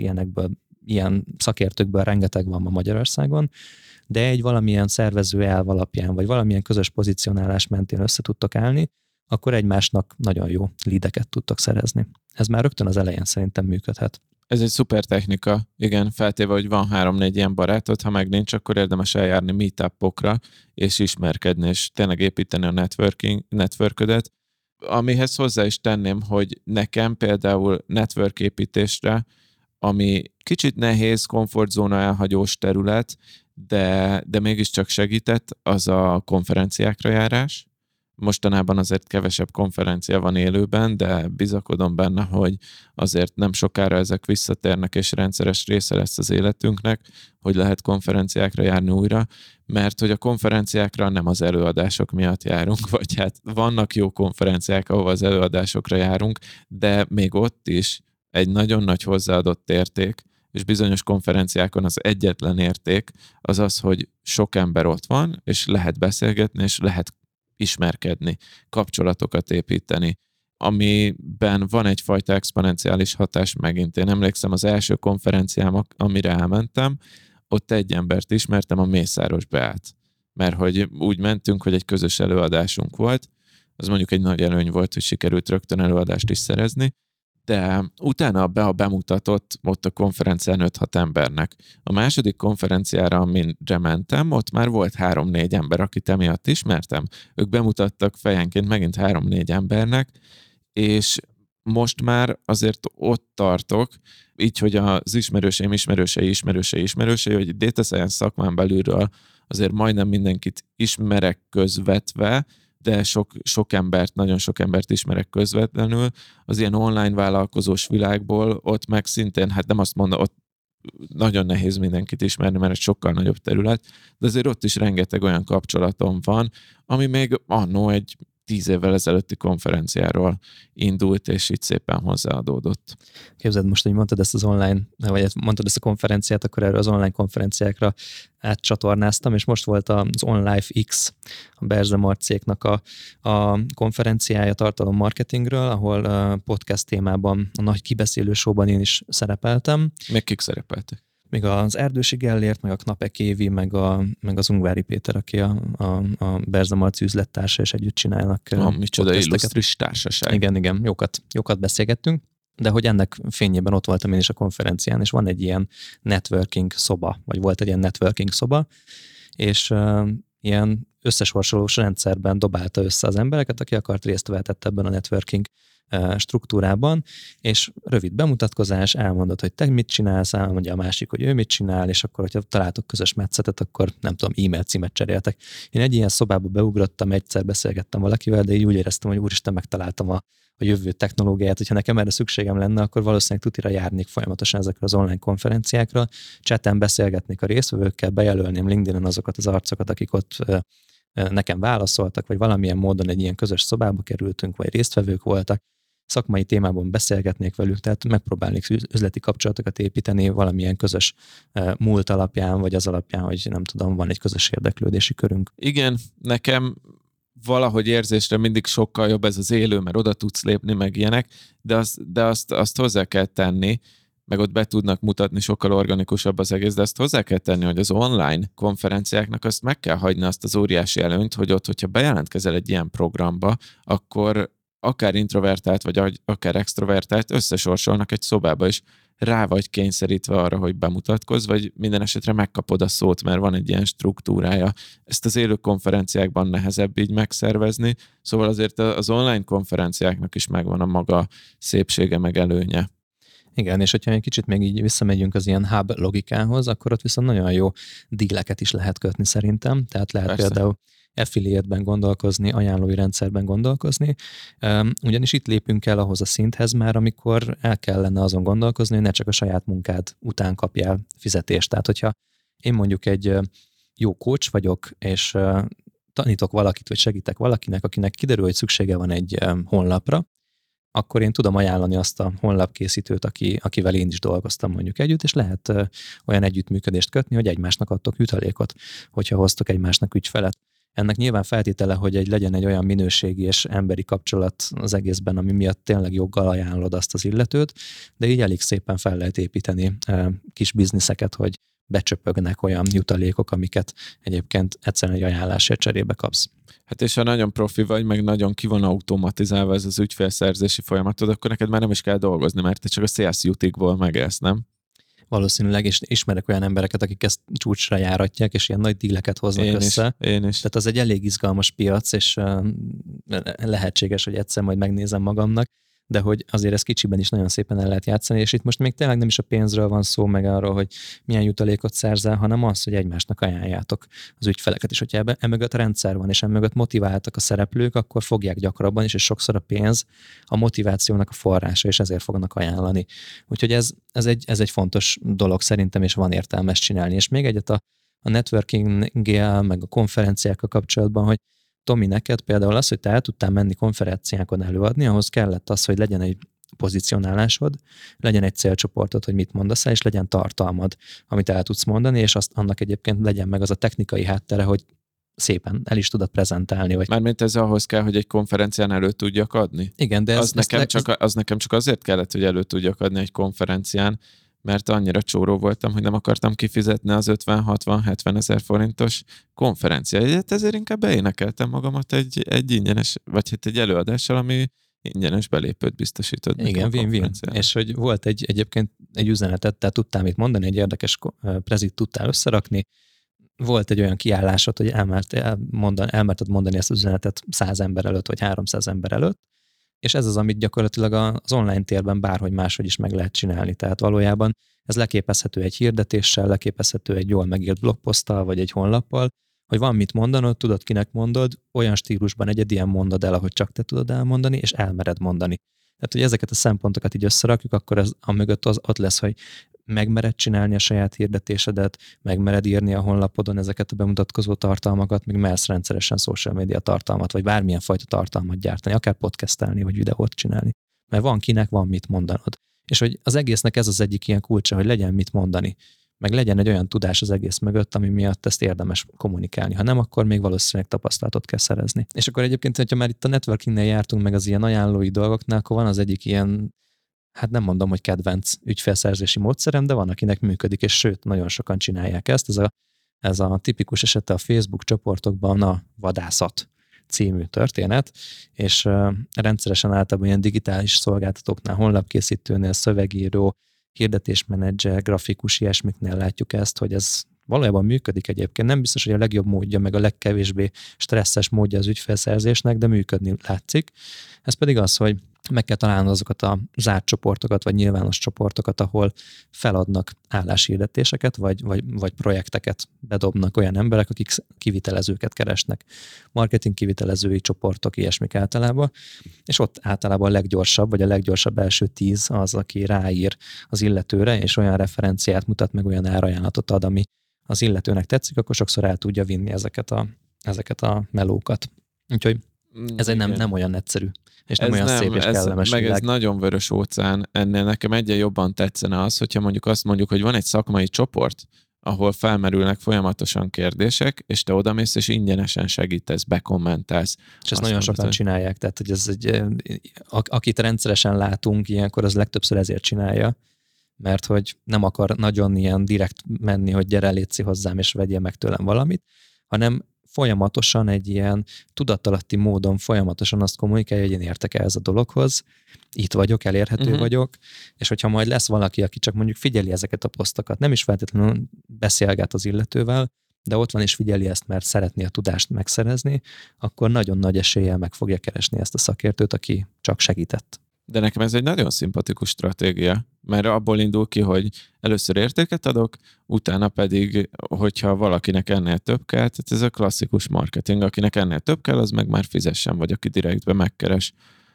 Speaker 1: ilyen szakértőkből rengeteg van ma Magyarországon, de egy valamilyen szervező elv alapján, vagy valamilyen közös pozicionálás mentén össze tudtok állni, akkor egymásnak nagyon jó leadeket tudtok szerezni. Ez már rögtön az elején szerintem működhet.
Speaker 2: Ez egy szuper technika, igen, feltéve, hogy van 3-4 ilyen barátod, ha meg nincs, akkor érdemes eljárni meetupokra, és ismerkedni, és tényleg építeni a networködet. Amihez hozzá is tenném, hogy nekem például network építésre, ami kicsit nehéz, komfortzóna elhagyós terület, de mégiscsak segített, az a konferenciákra járás. Mostanában azért kevesebb konferencia van élőben, de bizakodom benne, hogy azért nem sokára ezek visszatérnek, és rendszeres része lesz az életünknek, hogy lehet konferenciákra járni újra, mert hogy a konferenciákra nem az előadások miatt járunk, vagy hát vannak jó konferenciák, ahol az előadásokra járunk, de még ott is egy nagyon nagy hozzáadott érték, és bizonyos konferenciákon az egyetlen érték az az, hogy sok ember ott van, és lehet beszélgetni, és lehet ismerkedni, kapcsolatokat építeni, amiben van egyfajta exponenciális hatás megint. Én emlékszem az első konferenciám, amire elmentem, ott egy embert ismertem, a Mészáros Beát. Mert hogy úgy mentünk, hogy egy közös előadásunk volt, az mondjuk egy nagy előny volt, hogy sikerült rögtön előadást is szerezni, de utána bemutatott ott a konferencián 5-6 embernek. A második konferenciára, amire mentem, ott már volt 3-4 ember, akit emiatt ismertem. Ők bemutattak fejenként megint 3-4 embernek, és most már azért ott tartok, így, hogy az ismerősei, hogy data science szakmán belülről azért majdnem mindenkit ismerek közvetve, de nagyon sok embert ismerek közvetlenül. Az ilyen online vállalkozós világból ott meg szintén, hát nem azt mondom, ott nagyon nehéz mindenkit ismerni, mert egy sokkal nagyobb terület, de azért ott is rengeteg olyan kapcsolatom van, ami még annó egy 10 évvel ezelőtti konferenciáról indult, és így szépen hozzáadódott.
Speaker 1: Képzeld, most, hogy mondtad ezt az online, vagy mondtad ezt a konferenciát, akkor erről az online konferenciákra átcsatornáztam, és most volt az OnLive X, a Berzemar cégnek a konferenciája tartalommarketingről, ahol podcast témában, a nagy kibeszélő showban én is szerepeltem.
Speaker 2: Még kik szerepeltek?
Speaker 1: Még az Erdősi Gellért, meg a Knapek Évi, meg az Ungvári Péter, aki a Berzamarci üzlettársa, és együtt csinálnak.
Speaker 2: Micsoda illusztris társaság.
Speaker 1: Igen, jókat beszélgettünk, de hogy ennek fényében ott voltam én is a konferencián, és van egy ilyen networking szoba, vagy volt egy ilyen networking szoba, és ilyen összesorsolós rendszerben dobálta össze az embereket, aki akart részt vehetett ebben a networking struktúrában, és rövid bemutatkozás, elmondod, hogy te mit csinálsz, elmondja a másik, hogy ő mit csinál, és akkor, hogyha találtok közös metszetet, akkor nem tudom, e-mail címet cseréltek. Én egy ilyen szobába beugrottam, egyszer beszélgettem valakivel, de így úgy éreztem, hogy úristen, megtaláltam a jövő technológiát, hogyha nekem erre szükségem lenne, akkor valószínűleg tutira járnék folyamatosan ezekre az online konferenciákra, chaten beszélgetnék a résztvevőkkel, bejelölném LinkedIn-en azokat az arcokat, akik ott nekem válaszoltak, vagy valamilyen módon egy ilyen közös szobába kerültünk, vagy résztvevők voltak, szakmai témában beszélgetnék velük, tehát megpróbálnék üzleti kapcsolatokat építeni valamilyen közös múlt alapján, vagy az alapján, hogy nem tudom, van egy közös érdeklődési körünk.
Speaker 2: Igen, nekem valahogy érzésre mindig sokkal jobb ez az élő, mert oda tudsz lépni, meg ilyenek, de azt hozzá kell tenni, meg ott be tudnak mutatni, sokkal organikusabb az egész, de azt hozzá kell tenni, hogy az online konferenciáknak azt meg kell hagyni azt az óriási előnyt, hogy ott, hogyha bejelentkezel egy ilyen programba, akkor akár introvertált, vagy akár extrovertált összesorsolnak egy szobába, és rá vagy kényszerítve arra, hogy bemutatkozz, vagy minden esetre megkapod a szót, mert van egy ilyen struktúrája. Ezt az élő konferenciákban nehezebb így megszervezni, szóval azért az online konferenciáknak is megvan a maga szépsége, meg előnye.
Speaker 1: Igen, és hogyha egy kicsit még így visszamegyünk az ilyen hub logikához, akkor ott viszont nagyon jó díleket is lehet kötni szerintem, tehát lehet például affiliate-ben gondolkozni, ajánlói rendszerben gondolkozni, ugyanis itt lépünk el ahhoz a szinthez már, amikor el kellene azon gondolkozni, hogy ne csak a saját munkád után kapjál fizetést. Tehát, hogyha én mondjuk egy jó coach vagyok, és tanítok valakit, vagy segítek valakinek, akinek kiderül, hogy szüksége van egy honlapra, akkor én tudom ajánlani azt a honlapkészítőt, akivel én is dolgoztam mondjuk együtt, és lehet olyan együttműködést kötni, hogy egymásnak adtok jutalékot, hogyha hoztok egymásnak ügyfelet. Ennek nyilván feltétele, hogy legyen egy olyan minőségi és emberi kapcsolat az egészben, ami miatt tényleg joggal ajánlod azt az illetőt, de így elég szépen fel lehet építeni kis bizniszeket, hogy becsöpögnek olyan jutalékok, amiket egyébként egyszerűen egy ajánlásért cserébe kapsz.
Speaker 2: Hát és ha nagyon profi vagy, meg nagyon ki van automatizálva ez az ügyfélszerzési folyamatod, akkor neked már nem is kell dolgozni, mert te csak a sales jutikból megélsz, nem?
Speaker 1: Valószínűleg, és ismerek olyan embereket, akik ezt csúcsra járatják, és ilyen nagy díleket hoznak össze.
Speaker 2: Én is.
Speaker 1: Tehát az egy elég izgalmas piac, és lehetséges, hogy egyszer majd megnézem magamnak, de hogy azért ez kicsiben is nagyon szépen el lehet játszani, és itt most még tényleg nem is a pénzről van szó, meg arról, hogy milyen jutalékot szerzel, hanem az, hogy egymásnak ajánljátok az ügyfeleket, és hogyha emögött rendszer van, és emögött motiváltak a szereplők, akkor fogják gyakrabban is, és sokszor a pénz a motivációnak a forrása, és ezért fognak ajánlani. Úgyhogy ez egy fontos dolog szerintem, és van értelme ezt csinálni. És még egyet a networking-gel, meg a konferenciákkal kapcsolatban, hogy Tomi, neked például az, hogy te el tudtál menni konferenciákon előadni, ahhoz kellett az, hogy legyen egy pozícionálásod, legyen egy célcsoportod, hogy mit mondasz el, és legyen tartalmad, amit el tudsz mondani, és annak egyébként legyen meg az a technikai háttere, hogy szépen el is tudod prezentálni. Vagy...
Speaker 2: Mármint ez ahhoz kell, hogy egy konferencián elő tudjak adni?
Speaker 1: Igen, de
Speaker 2: az nekem csak azért kellett, hogy elő tudjak adni egy konferencián, mert annyira csóró voltam, hogy nem akartam kifizetni az 50-60-70 ezer forintos konferenciáját, ezért inkább beénekeltem magamat egy ingyenes, vagy hát egy előadással, ami ingyenes belépőt biztosítod.
Speaker 1: Igen, win-win. És hogy volt egyébként egy üzenetet, tehát tudtál mit mondani, egy érdekes prezit tudtál összerakni, volt egy olyan kiállásod, hogy elmerted mondani ezt az üzenetet 100 ember előtt, vagy 300 ember előtt, és ez az, amit gyakorlatilag az online térben bárhogy máshogy is meg lehet csinálni. Tehát valójában ez leképezhető egy hirdetéssel, leképezhető egy jól megírt blogposzttal, vagy egy honlappal, hogy van mit mondanod, tudod, kinek mondod, olyan stílusban egyedien mondod el, ahogy csak te tudod elmondani, és elmered mondani. Tehát, hogy ezeket a szempontokat így összerakjuk, akkor ez a mögött ott lesz, hogy megmered csinálni a saját hirdetésedet, megmered írni a honlapodon ezeket a bemutatkozó tartalmakat, meg mersz rendszeresen social media tartalmat, vagy bármilyen fajta tartalmat gyártani, akár podcastelni, vagy videót csinálni. Mert van kinek van mit mondanod. És hogy az egésznek ez az egyik ilyen kulcsa, hogy legyen mit mondani, meg legyen egy olyan tudás az egész mögött, ami miatt ezt érdemes kommunikálni. Ha nem, akkor még valószínűleg tapasztalatot kell szerezni. És akkor egyébként, hogyha már itt a networkingnél jártunk, meg az ilyen ajánlói dolgoknál, akkor van az egyik ilyen, hát nem mondom, hogy kedvenc ügyfélszerzési módszerem, de van, akinek működik, és sőt, nagyon sokan csinálják ezt. Ez a tipikus esete a Facebook csoportokban a vadászat című történet, és rendszeresen általában ilyen digitális szolgáltatóknál, honlapkészítőnél, szövegíró, hirdetésmenedzser, grafikus, ilyesmiknél látjuk ezt, hogy ez valójában működik egyébként. Nem biztos, hogy a legjobb módja, meg a legkevésbé stresszes módja az ügyfélszerzésnek, de működni látszik. Ez pedig az, hogy meg kell találnod azokat a zárt csoportokat, vagy nyilvános csoportokat, ahol feladnak álláshirdetéseket, vagy projekteket bedobnak olyan emberek, akik kivitelezőket keresnek. Marketing kivitelezői csoportok, ilyesmik általában, és ott általában a leggyorsabb, vagy a leggyorsabb első 10 az, aki ráír az illetőre, és olyan referenciát mutat, meg olyan árajánlatot ad, ami az illetőnek tetszik, akkor sokszor el tudja vinni ezeket a melókat. Úgyhogy ez egy nem olyan egyszerű, és nem olyan szép és kellemes
Speaker 2: meg
Speaker 1: világ.
Speaker 2: Ez nagyon vörös óceán. Ennél nekem egyen jobban tetszene az, hogyha mondjuk azt mondjuk, hogy van egy szakmai csoport, ahol felmerülnek folyamatosan kérdések, és te odamész, és ingyenesen segítesz, bekommentálsz.
Speaker 1: És ezt nagyon sokan csinálják, tehát hogy ez akit rendszeresen látunk ilyenkor, az legtöbbször ezért csinálja, mert hogy nem akar nagyon ilyen direkt menni, hogy gyere, létszi hozzám, és vegyél meg tőlem valamit, hanem folyamatosan egy ilyen tudatalatti módon folyamatosan azt kommunikálja, hogy én értek ehhez a dologhoz, itt vagyok, elérhető vagyok, és hogyha majd lesz valaki, aki csak mondjuk figyeli ezeket a posztokat, nem is feltétlenül beszélget az illetővel, de ott van és figyeli ezt, mert szeretné a tudást megszerezni, akkor nagyon nagy eséllyel meg fogja keresni ezt a szakértőt, aki csak segített.
Speaker 2: De nekem ez egy nagyon szimpatikus stratégia, mert abból indul ki, hogy először értéket adok, utána pedig, hogyha valakinek ennél több kell, tehát ez a klasszikus marketing, akinek ennél több kell, az meg már fizessen, vagy aki direktbe megkeres.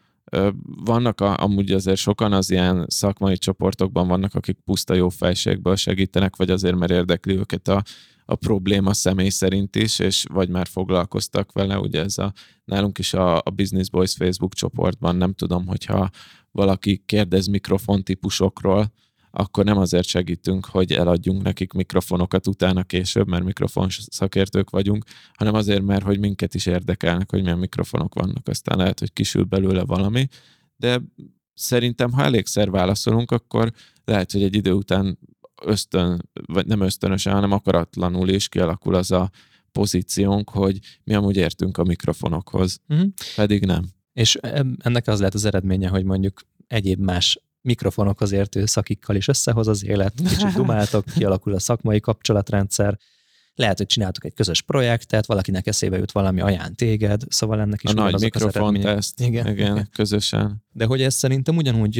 Speaker 2: Vannak amúgy azért sokan az ilyen szakmai csoportokban vannak, akik puszta jó fejségből segítenek, vagy azért, mert érdekli őket a probléma személy szerint is, és vagy már foglalkoztak vele, ugye ez nálunk is a Business Boys Facebook csoportban, nem tudom, hogyha valaki kérdez mikrofontípusokról, akkor nem azért segítünk, hogy eladjunk nekik mikrofonokat utána később, mert mikrofon szakértők vagyunk, hanem azért, mert hogy minket is érdekelnek, hogy milyen mikrofonok vannak, aztán lehet, hogy kisül belőle valami, de szerintem, ha elégszer válaszolunk, akkor lehet, hogy egy idő után vagy nem ösztönösen, hanem akaratlanul is kialakul az a pozíciónk, hogy mi amúgy értünk a mikrofonokhoz, pedig nem.
Speaker 1: És ennek az lehet az eredménye, hogy mondjuk egyéb más mikrofonokhoz értő szakikkal is összehoz az élet, kicsit dumáltok, kialakul a szakmai kapcsolatrendszer, lehet, hogy csináltok egy közös projektet, valakinek eszébe jut valami, ajánl téged, szóval ennek is
Speaker 2: a nagy
Speaker 1: azok
Speaker 2: mikrofon-teszt, igen, közösen.
Speaker 1: De hogy ez szerintem ugyanúgy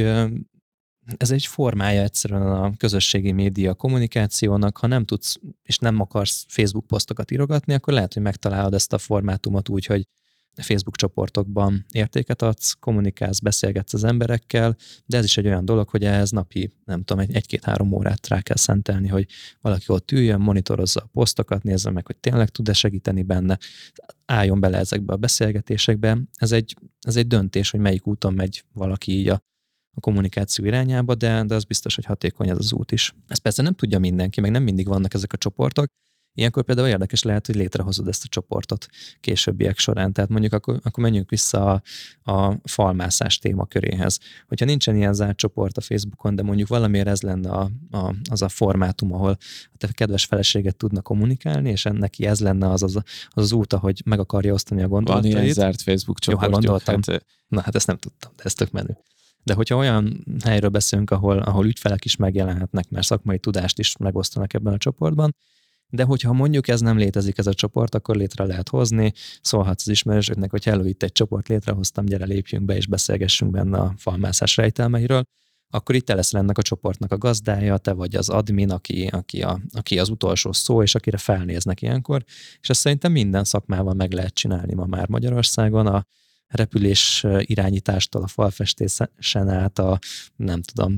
Speaker 1: ez egy formája egyszerűen a közösségi média kommunikációnak, ha nem tudsz és nem akarsz Facebook posztokat írogatni, akkor lehet, hogy megtalálod ezt a formátumot úgy, hogy Facebook csoportokban értéket adsz, kommunikálsz, beszélgetsz az emberekkel, de ez is egy olyan dolog, hogy ehhez napi, nem tudom, 1-2-3 órát rá kell szentelni, hogy valaki ott üljön, monitorozza a posztokat, nézze meg, hogy tényleg tud-e segíteni benne, álljon bele ezekbe a beszélgetésekbe. Ez egy döntés, hogy melyik úton megy valaki így a kommunikáció irányába, de az biztos, hogy hatékony ez az út is. Ezt persze nem tudja mindenki, meg nem mindig vannak ezek a csoportok, Ilyenkor például érdekes lehet, hogy létrehozod ezt a csoportot későbbiek során. Tehát mondjuk akkor menjünk vissza a falmászás témaköréhez. Hogyha nincsen ilyen zárt csoport a Facebookon, de mondjuk valamiért ez lenne az a formátum, ahol a te kedves feleséget tudna kommunikálni, és neki ez lenne az út, ahogy meg akarja osztani a gondolatait.
Speaker 2: Van ilyen zárt Facebook csoport.
Speaker 1: Jó, gondoltam. Na hát ezt nem tudtam, de ez tök menő. De hogyha olyan helyről beszélünk, ahol ügyfelek is megjelenhetnek, mert szakmai tudást is megosztanak ebben a csoportban, de hogyha mondjuk ez nem létezik, ez a csoport, akkor létre lehet hozni, szólhatsz az ismerősöknek, hogy hello, itt egy csoport létrehoztam, gyere lépjünk be és beszélgessünk benne a falmászás rejtelmeiről, akkor itt te leszel ennek a csoportnak a gazdája, te vagy az admin, aki az utolsó szó, és akire felnéznek ilyenkor, és ezt szerintem minden szakmával meg lehet csinálni ma már Magyarországon, a repülés irányítástól a falfestésen át a, nem tudom,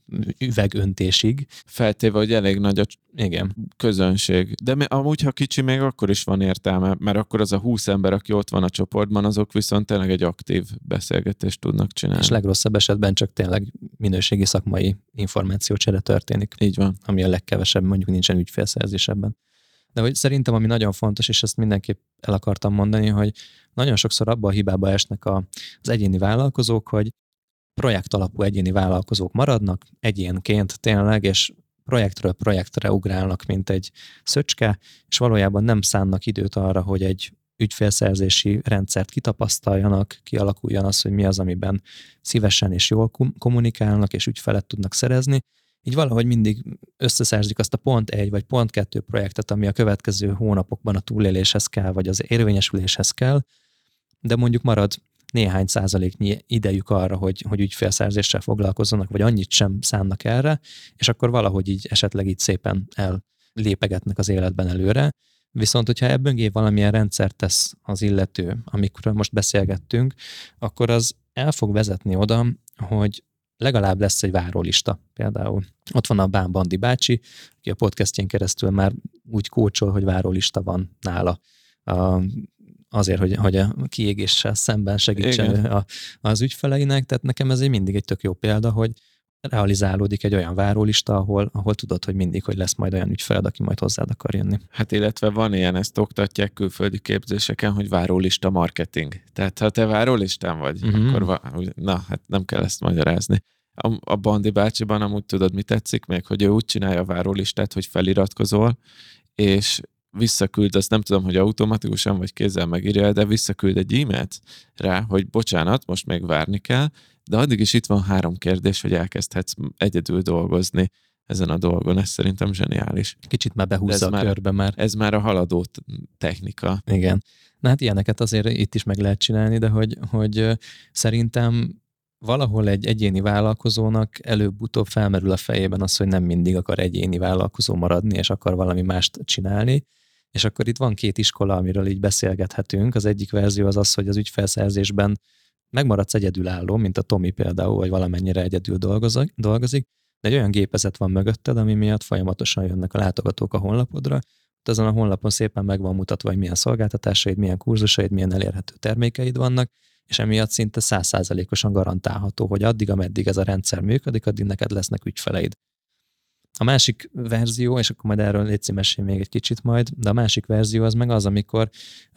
Speaker 1: üvegöntésig.
Speaker 2: Feltéve, hogy elég nagy a
Speaker 1: igen.
Speaker 2: közönség. De amúgy, ha kicsi, még akkor is van értelme, mert akkor az a 20 ember, aki ott van a csoportban, azok viszont tényleg egy aktív beszélgetést tudnak csinálni.
Speaker 1: És legrosszabb esetben csak tényleg minőségi szakmai információcsere történik.
Speaker 2: Így van.
Speaker 1: Ami a legkevesebb, mondjuk nincsen ügyfélszerzés ebben. De hogy szerintem, ami nagyon fontos, és ezt mindenképp el akartam mondani, hogy nagyon sokszor abba a hibába esnek az egyéni vállalkozók, hogy projekt alapú egyéni vállalkozók maradnak, egyénként tényleg, és projektről projektre ugrálnak, mint egy szöcske, és valójában nem szánnak időt arra, hogy egy ügyfélszerzési rendszert kitapasztaljanak, kialakuljon az, hogy mi az, amiben szívesen és jól kommunikálnak, és ügyfelet tudnak szerezni. Így valahogy mindig összeszerzik azt a pont 1 vagy pont 2 projektet, ami a következő hónapokban a túléléshez kell, vagy az érvényesüléshez kell, de mondjuk marad néhány százaléknyi idejük arra, hogy ügyfélszerzéssel foglalkozzanak, vagy annyit sem szánnak erre, és akkor valahogy így esetleg így szépen ellépegetnek az életben előre. Viszont, hogyha ebből valamilyen rendszert tesz az illető, amikről most beszélgettünk, akkor az el fog vezetni oda, hogy legalább lesz egy várólista például. Ott van a Bán Bandi bácsi, aki a podcastjén keresztül már úgy kócsol, hogy várólista van nála. Azért, hogy a kiégéssel szemben segítsen az ügyfeleinek, tehát nekem ez mindig egy tök jó példa, hogy realizálódik egy olyan várólista, ahol tudod, hogy mindig, hogy lesz majd olyan ügyfeled, aki majd hozzád akar jönni.
Speaker 2: Hát illetve van ilyen, ezt oktatják külföldi képzéseken, hogy várólista marketing. Tehát ha te várólistán vagy, akkor hát nem kell ezt magyarázni. A Bandi bácsiban amúgy tudod, mi tetszik még, hogy ő úgy csinálja a várólistát, hogy feliratkozol, és visszaküld, azt nem tudom, hogy automatikusan vagy kézzel megírja, de visszaküld egy e-mailt rá, hogy bocsánat, most még várni kell, de addig is itt van 3 kérdés, hogy elkezdhetsz egyedül dolgozni ezen a dolgon. Ez szerintem zseniális.
Speaker 1: Kicsit már behúzza a körbe már.
Speaker 2: Ez már a haladó technika.
Speaker 1: Igen. Na hát ilyeneket azért itt is meg lehet csinálni, de hogy szerintem valahol egy egyéni vállalkozónak előbb-utóbb felmerül a fejében az, hogy nem mindig akar egyéni vállalkozó maradni, és akar valami mást csinálni. És akkor itt van 2 iskola, amiről így beszélgethetünk. Az egyik verzió az, hogy az ügyfelszerzésben megmaradsz egyedülálló, mint a Tomi például, vagy valamennyire egyedül dolgozik, de egy olyan gépezet van mögötted, ami miatt folyamatosan jönnek a látogatók a honlapodra. Azon a honlapon szépen meg van mutatva, hogy milyen szolgáltatásaid, milyen kurzusaid, milyen elérhető termékeid vannak, és emiatt szinte 100%-osan garantálható, hogy addig, ameddig ez a rendszer működik, addig neked lesznek ügyfeleid. A másik verzió, és akkor majd erről légy mesélj még egy kicsit majd, de a másik verzió az meg az, amikor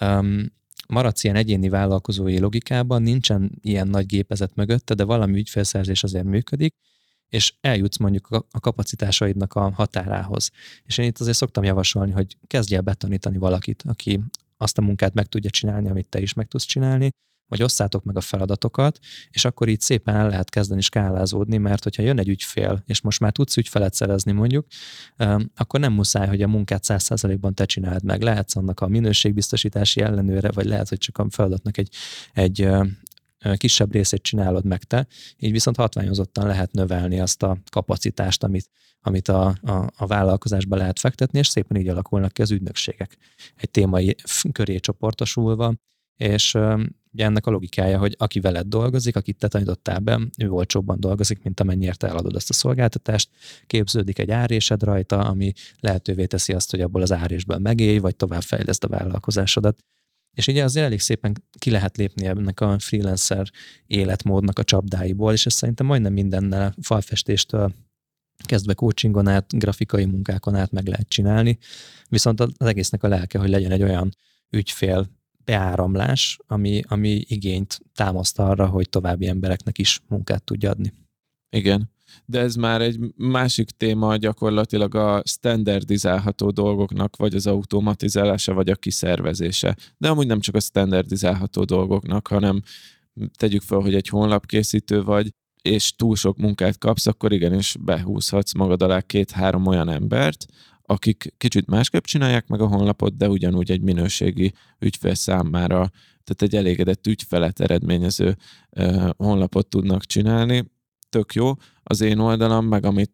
Speaker 1: maradsz ilyen egyéni vállalkozói logikában, nincsen ilyen nagy gépezet mögötte, de valami ügyfélszerzés azért működik, és eljutsz mondjuk a kapacitásaidnak a határához. És én itt azért szoktam javasolni, hogy kezdj el betanítani valakit, aki azt a munkát meg tudja csinálni, amit te is meg tudsz csinálni, vagy osszátok meg a feladatokat, és akkor így szépen el lehet kezdeni skálázódni, mert hogyha jön egy ügyfél, és most már tudsz ügyfelet szerezni mondjuk, akkor nem muszáj, hogy a munkát 100%-ban te csináld meg. Lehetsz annak a minőségbiztosítási ellenőre, vagy lehet, hogy csak a feladatnak egy kisebb részét csinálod meg te, így viszont hatványozottan lehet növelni azt a kapacitást, amit a vállalkozásba lehet fektetni, és szépen így alakulnak ki az ügynökségek. Egy témai köré csoportosulva, és ugye ennek a logikája, hogy aki veled dolgozik, akit te tanítottál be, ő olcsóbban dolgozik, mint amennyiért te eladod azt a szolgáltatást, képződik egy árésed rajta, ami lehetővé teszi azt, hogy abból az árésből megélj, vagy továbbfejleszd a vállalkozásodat. És ugye azért elég szépen ki lehet lépni ennek a freelancer életmódnak a csapdáiból, és ez szerintem majdnem mindennel, falfestéstől kezdve coachingon át, grafikai munkákon át meg lehet csinálni, viszont az egésznek a lelke, hogy legyen egy olyan ügyfél beáramlás, ami igényt támaszt arra, hogy további embereknek is munkát tudja adni.
Speaker 2: Igen, de ez már egy másik téma, gyakorlatilag a standardizálható dolgoknak, vagy az automatizálása, vagy a kiszervezése. De amúgy nem csak a standardizálható dolgoknak, hanem tegyük fel, hogy egy honlapkészítő vagy, és túl sok munkát kapsz, akkor igenis behúzhatsz magad alá 2-3 olyan embert, akik kicsit másképp csinálják meg a honlapot, de ugyanúgy egy minőségi ügyfél számára, tehát egy elégedett ügyfelet eredményező honlapot tudnak csinálni. Tök jó. Az én oldalam, meg amit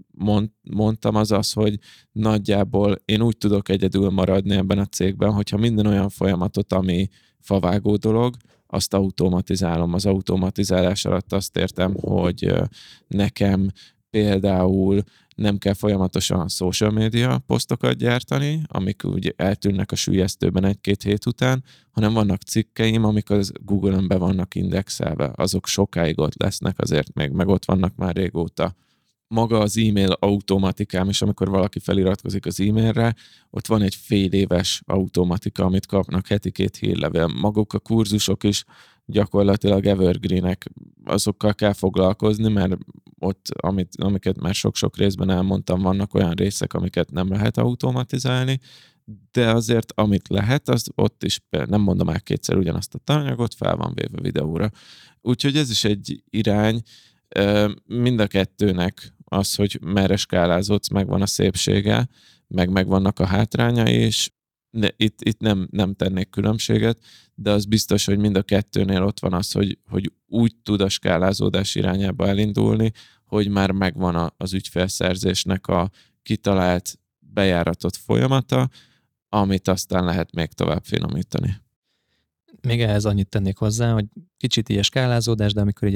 Speaker 2: mondtam, az az, hogy nagyjából én úgy tudok egyedül maradni ebben a cégben, hogyha minden olyan folyamatot, ami favágó dolog, azt automatizálom. Az automatizálás alatt azt értem, hogy nekem például nem kell folyamatosan social media posztokat gyártani, amik úgy eltűnnek a süllyesztőben 1-2 hét után, hanem vannak cikkeim, amik az Google-ön be vannak indexelve. Azok sokáig ott lesznek, azért még meg ott vannak már régóta. Maga az e-mail automatikám is, amikor valaki feliratkozik az e-mailre, ott van egy fél éves automatika, amit kapnak heti 2 hírlevél. Maguk a kurzusok is gyakorlatilag evergreenek, azokkal kell foglalkozni, mert ott, amiket már sok-sok részben elmondtam, vannak olyan részek, amiket nem lehet automatizálni, de azért, amit lehet, az ott is, nem mondom már 2-szer ugyanazt a tananyagot, fel van véve videóra. Úgyhogy ez is egy irány, mind a kettőnek az, hogy merre skálázódsz, megvan a szépsége, megvannak a hátrányai, és itt nem tennék különbséget, de az biztos, hogy mind a kettőnél ott van az, hogy úgy tud a skálázódás irányába elindulni, hogy már megvan az ügyfélszerzésnek a kitalált, bejáratott folyamata, amit aztán lehet még tovább finomítani.
Speaker 1: Még ehhez annyit tennék hozzá, hogy kicsit ilyen skálázódás, de amikor így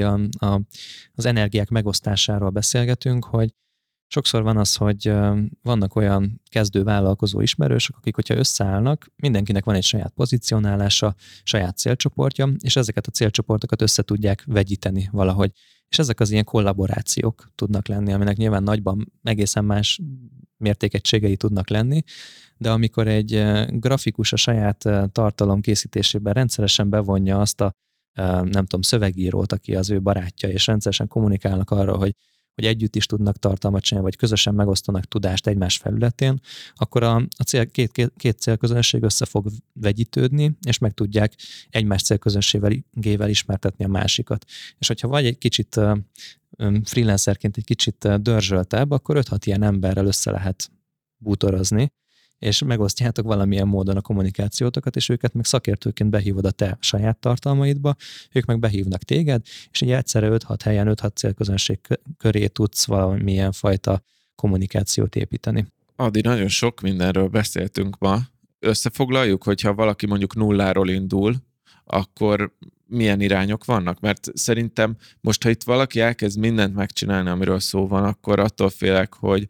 Speaker 1: az energiák megosztásáról beszélgetünk, hogy sokszor van az, hogy vannak olyan kezdő vállalkozó ismerősök, akik, hogyha összeállnak, mindenkinek van egy saját pozícionálása, saját célcsoportja, és ezeket a célcsoportokat össze tudják vegyíteni valahogy. És ezek az ilyen kollaborációk tudnak lenni, aminek nyilván nagyban egészen más mértékegységei tudnak lenni, de amikor egy grafikus a saját tartalom készítésében rendszeresen bevonja azt a nem tudom, szövegírót, aki az ő barátja, és rendszeresen kommunikálnak arra, hogy együtt is tudnak tartalmat csinálni, vagy közösen megosztanak tudást egymás felületén, akkor a két célközönség össze fog vegyítődni, és meg tudják egymás célközönségével ismertetni a másikat. És hogyha vagy egy kicsit freelancerként egy kicsit dörzsöltebb, akkor 5-6 ilyen emberrel össze lehet bútorozni, és megosztjátok valamilyen módon a kommunikációtokat, és őket meg szakértőként behívod a te saját tartalmaidba, ők meg behívnak téged, és így egyszerre 5-6 helyen, 5-6 célközönség köré tudsz valamilyen fajta kommunikációt építeni.
Speaker 2: Adi, nagyon sok mindenről beszéltünk ma. Összefoglaljuk, hogyha valaki mondjuk nulláról indul, akkor milyen irányok vannak? Mert szerintem most, ha itt valaki elkezd mindent megcsinálni, amiről szó van, akkor attól félek, hogy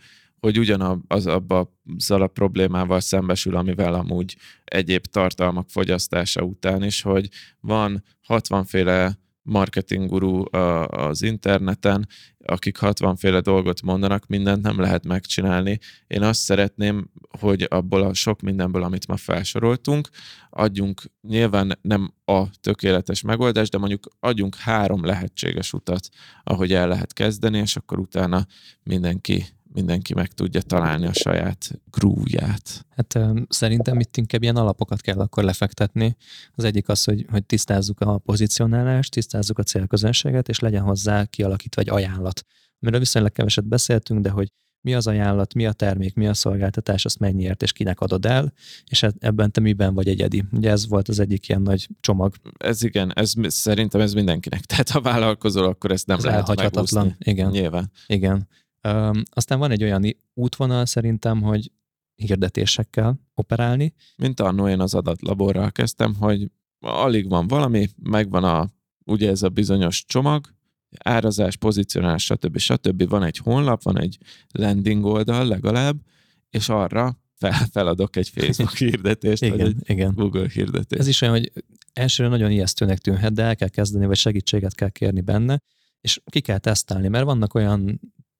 Speaker 2: azzal a problémával szembesül, amivel amúgy egyéb tartalmak fogyasztása után is, hogy van 60 féle marketing guru az interneten, akik 60 féle dolgot mondanak, mindent nem lehet megcsinálni. Én azt szeretném, hogy abból a sok mindenből, amit ma felsoroltunk, adjunk nyilván nem a tökéletes megoldást, de mondjuk adjunk 3 lehetséges utat, ahogy el lehet kezdeni, és akkor utána mindenki meg tudja találni a saját groove-ját.
Speaker 1: Hát szerintem itt inkább ilyen alapokat kell akkor lefektetni. Az egyik az, hogy tisztázzuk a pozicionálást, tisztázzuk a célközönséget, és legyen hozzá kialakítva egy ajánlat. Amiről viszonylag keveset beszéltünk, de hogy mi az ajánlat, mi a termék, mi a szolgáltatás, azt mennyiért és kinek adod el, és ebben te miben vagy egyedi. Ugye ez volt az egyik ilyen nagy csomag.
Speaker 2: Ez igen, szerintem ez mindenkinek. Tehát ha vállalkozol, akkor ezt nem lehet megúszni.
Speaker 1: Igen.
Speaker 2: Nyilván.
Speaker 1: Igen. Aztán van egy olyan útvonal szerintem, hogy hirdetésekkel operálni.
Speaker 2: Mint annó én az adatlaborral kezdtem, hogy alig van valami, megvan ugye ez a bizonyos csomag, árazás, pozicionálás, stb. Van egy honlap, van egy landing oldal legalább, és arra feladok egy Facebook hirdetést, vagy egy Google hirdetést.
Speaker 1: Ez is olyan, hogy elsőre nagyon ijesztőnek tűnhet, de el kell kezdeni, vagy segítséget kell kérni benne, és ki kell tesztelni, mert vannak olyan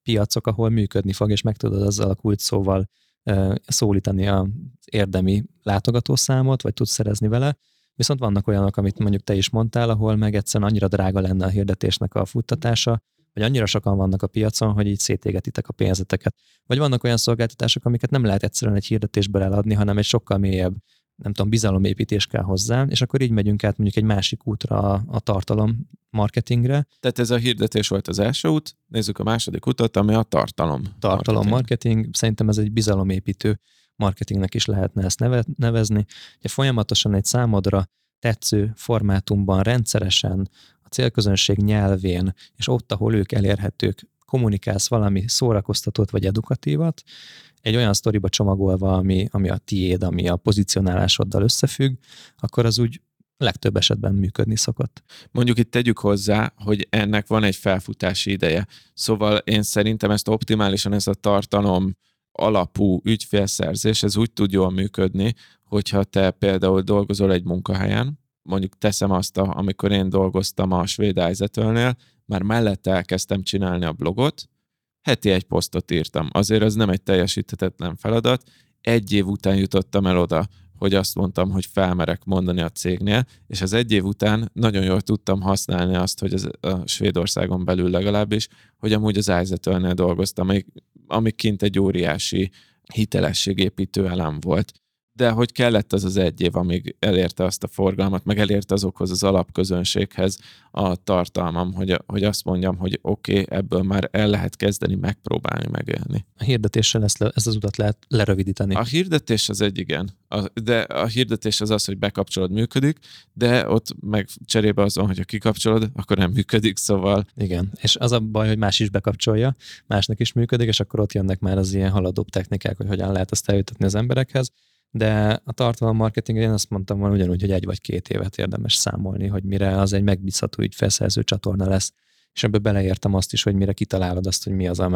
Speaker 1: piacok, ahol működni fog, és meg tudod azzal a kulcsszóval szólítani az érdemi látogatószámot, vagy tudsz szerezni vele. Viszont vannak olyanok, amit mondjuk te is mondtál, ahol meg egyszerűen annyira drága lenne a hirdetésnek a futtatása, vagy annyira sokan vannak a piacon, hogy így szétégetitek a pénzeteket. Vagy vannak olyan szolgáltatások, amiket nem lehet egyszerűen egy hirdetésből eladni, hanem egy sokkal mélyebb, nem tudom, bizalomépítés kell hozzá, és akkor így megyünk át mondjuk egy másik útra a tartalom marketingre.
Speaker 2: Tehát ez a hirdetés volt az első út, nézzük a második utat, ami a tartalom
Speaker 1: marketing. Szerintem ez egy bizalomépítő marketingnek is lehetne ezt nevezni. Ugye folyamatosan egy számodra tetsző formátumban, rendszeresen, a célközönség nyelvén, és ott, ahol ők elérhetők, kommunikálsz valami szórakoztatót vagy edukatívat, egy olyan sztoriba csomagolva, ami a tiéd, ami a pozicionálásoddal összefügg, akkor az úgy legtöbb esetben működni szokott.
Speaker 2: Mondjuk itt tegyük hozzá, hogy ennek van egy felfutási ideje. Szóval én szerintem ezt optimálisan, ez a tartalom alapú ügyfélszerzés, ez úgy tud jól működni, hogyha te például dolgozol egy munkahelyen, mondjuk teszem azt, amikor én dolgoztam a Svéd Eisetölnél, már mellette elkezdtem csinálni a blogot, heti egy posztot írtam. Azért az nem egy teljesíthetetlen feladat. 1 év után jutottam el oda, hogy azt mondtam, hogy felmerek mondani a cégnél, és az 1 év után nagyon jól tudtam használni azt, hogy a Svédországon belül legalábbis, hogy amúgy az Eisetölnél dolgoztam, ami kint egy óriási hitelességépítő elem volt. De hogy kellett az 1 év, amíg elérte azt a forgalmat, meg elérte azokhoz az alapközönséghez a tartalmam, hogy azt mondjam, hogy oké, ebből már el lehet kezdeni megpróbálni megélni.
Speaker 1: A hirdetéssel ezt az utat lehet lerövidíteni.
Speaker 2: A hirdetés az egy igen. De a hirdetés az, hogy bekapcsolod, működik, de ott meg cserébe az van, hogyha kikapcsolod, akkor nem működik, szóval...
Speaker 1: Igen, és az a baj, hogy más is bekapcsolja, másnak is működik, és akkor ott jönnek már az ilyen haladóbb technikák, hogy hogyan lehet azt eljutatni az emberekhez. De a tartalommarketing, én azt mondtam volna ugyanúgy, hogy 1 vagy 2 évet érdemes számolni, hogy mire az egy megbízható ügyfélszerző csatorna lesz. És ebből beleértem azt is, hogy mire kitalálod azt, hogy mi az,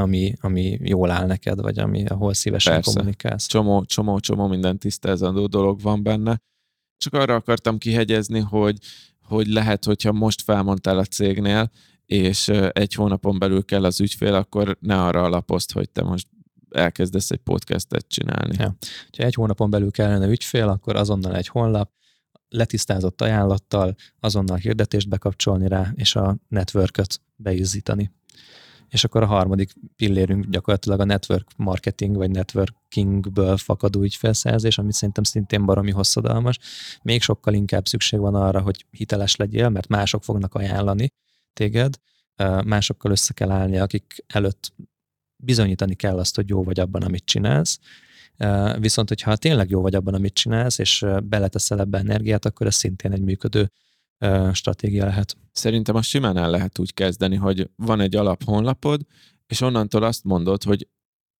Speaker 1: ami jól áll neked, vagy ahol szívesen
Speaker 2: persze.
Speaker 1: kommunikálsz.
Speaker 2: Csomó minden tisztázandó dolog van benne. Csak arra akartam kihegyezni, hogy lehet, hogyha most felmondtál a cégnél, és 1 hónapon belül kell az ügyfél, akkor ne arra alapozd, hogy te most elkezdesz egy podcastet csinálni.
Speaker 1: Ja. Ha 1 hónapon belül kellene ügyfél, akkor azonnal egy honlap, letisztázott ajánlattal, azonnal hirdetést bekapcsolni rá, és a networköt beizzítani. És akkor a harmadik pillérünk gyakorlatilag a network marketing, vagy networkingből fakadó ügyfélszerzés, amit szerintem szintén baromi hosszadalmas. Még sokkal inkább szükség van arra, hogy hiteles legyél, mert mások fognak ajánlani téged, másokkal össze kell állni, akik előtt bizonyítani kell azt, hogy jó vagy abban, amit csinálsz. Viszont, hogyha tényleg jó vagy abban, amit csinálsz, és beleteszel ebbe energiát, akkor ez szintén egy működő stratégia lehet.
Speaker 2: Szerintem azt simán el lehet úgy kezdeni, hogy van egy alaphonlapod, és onnantól azt mondod, hogy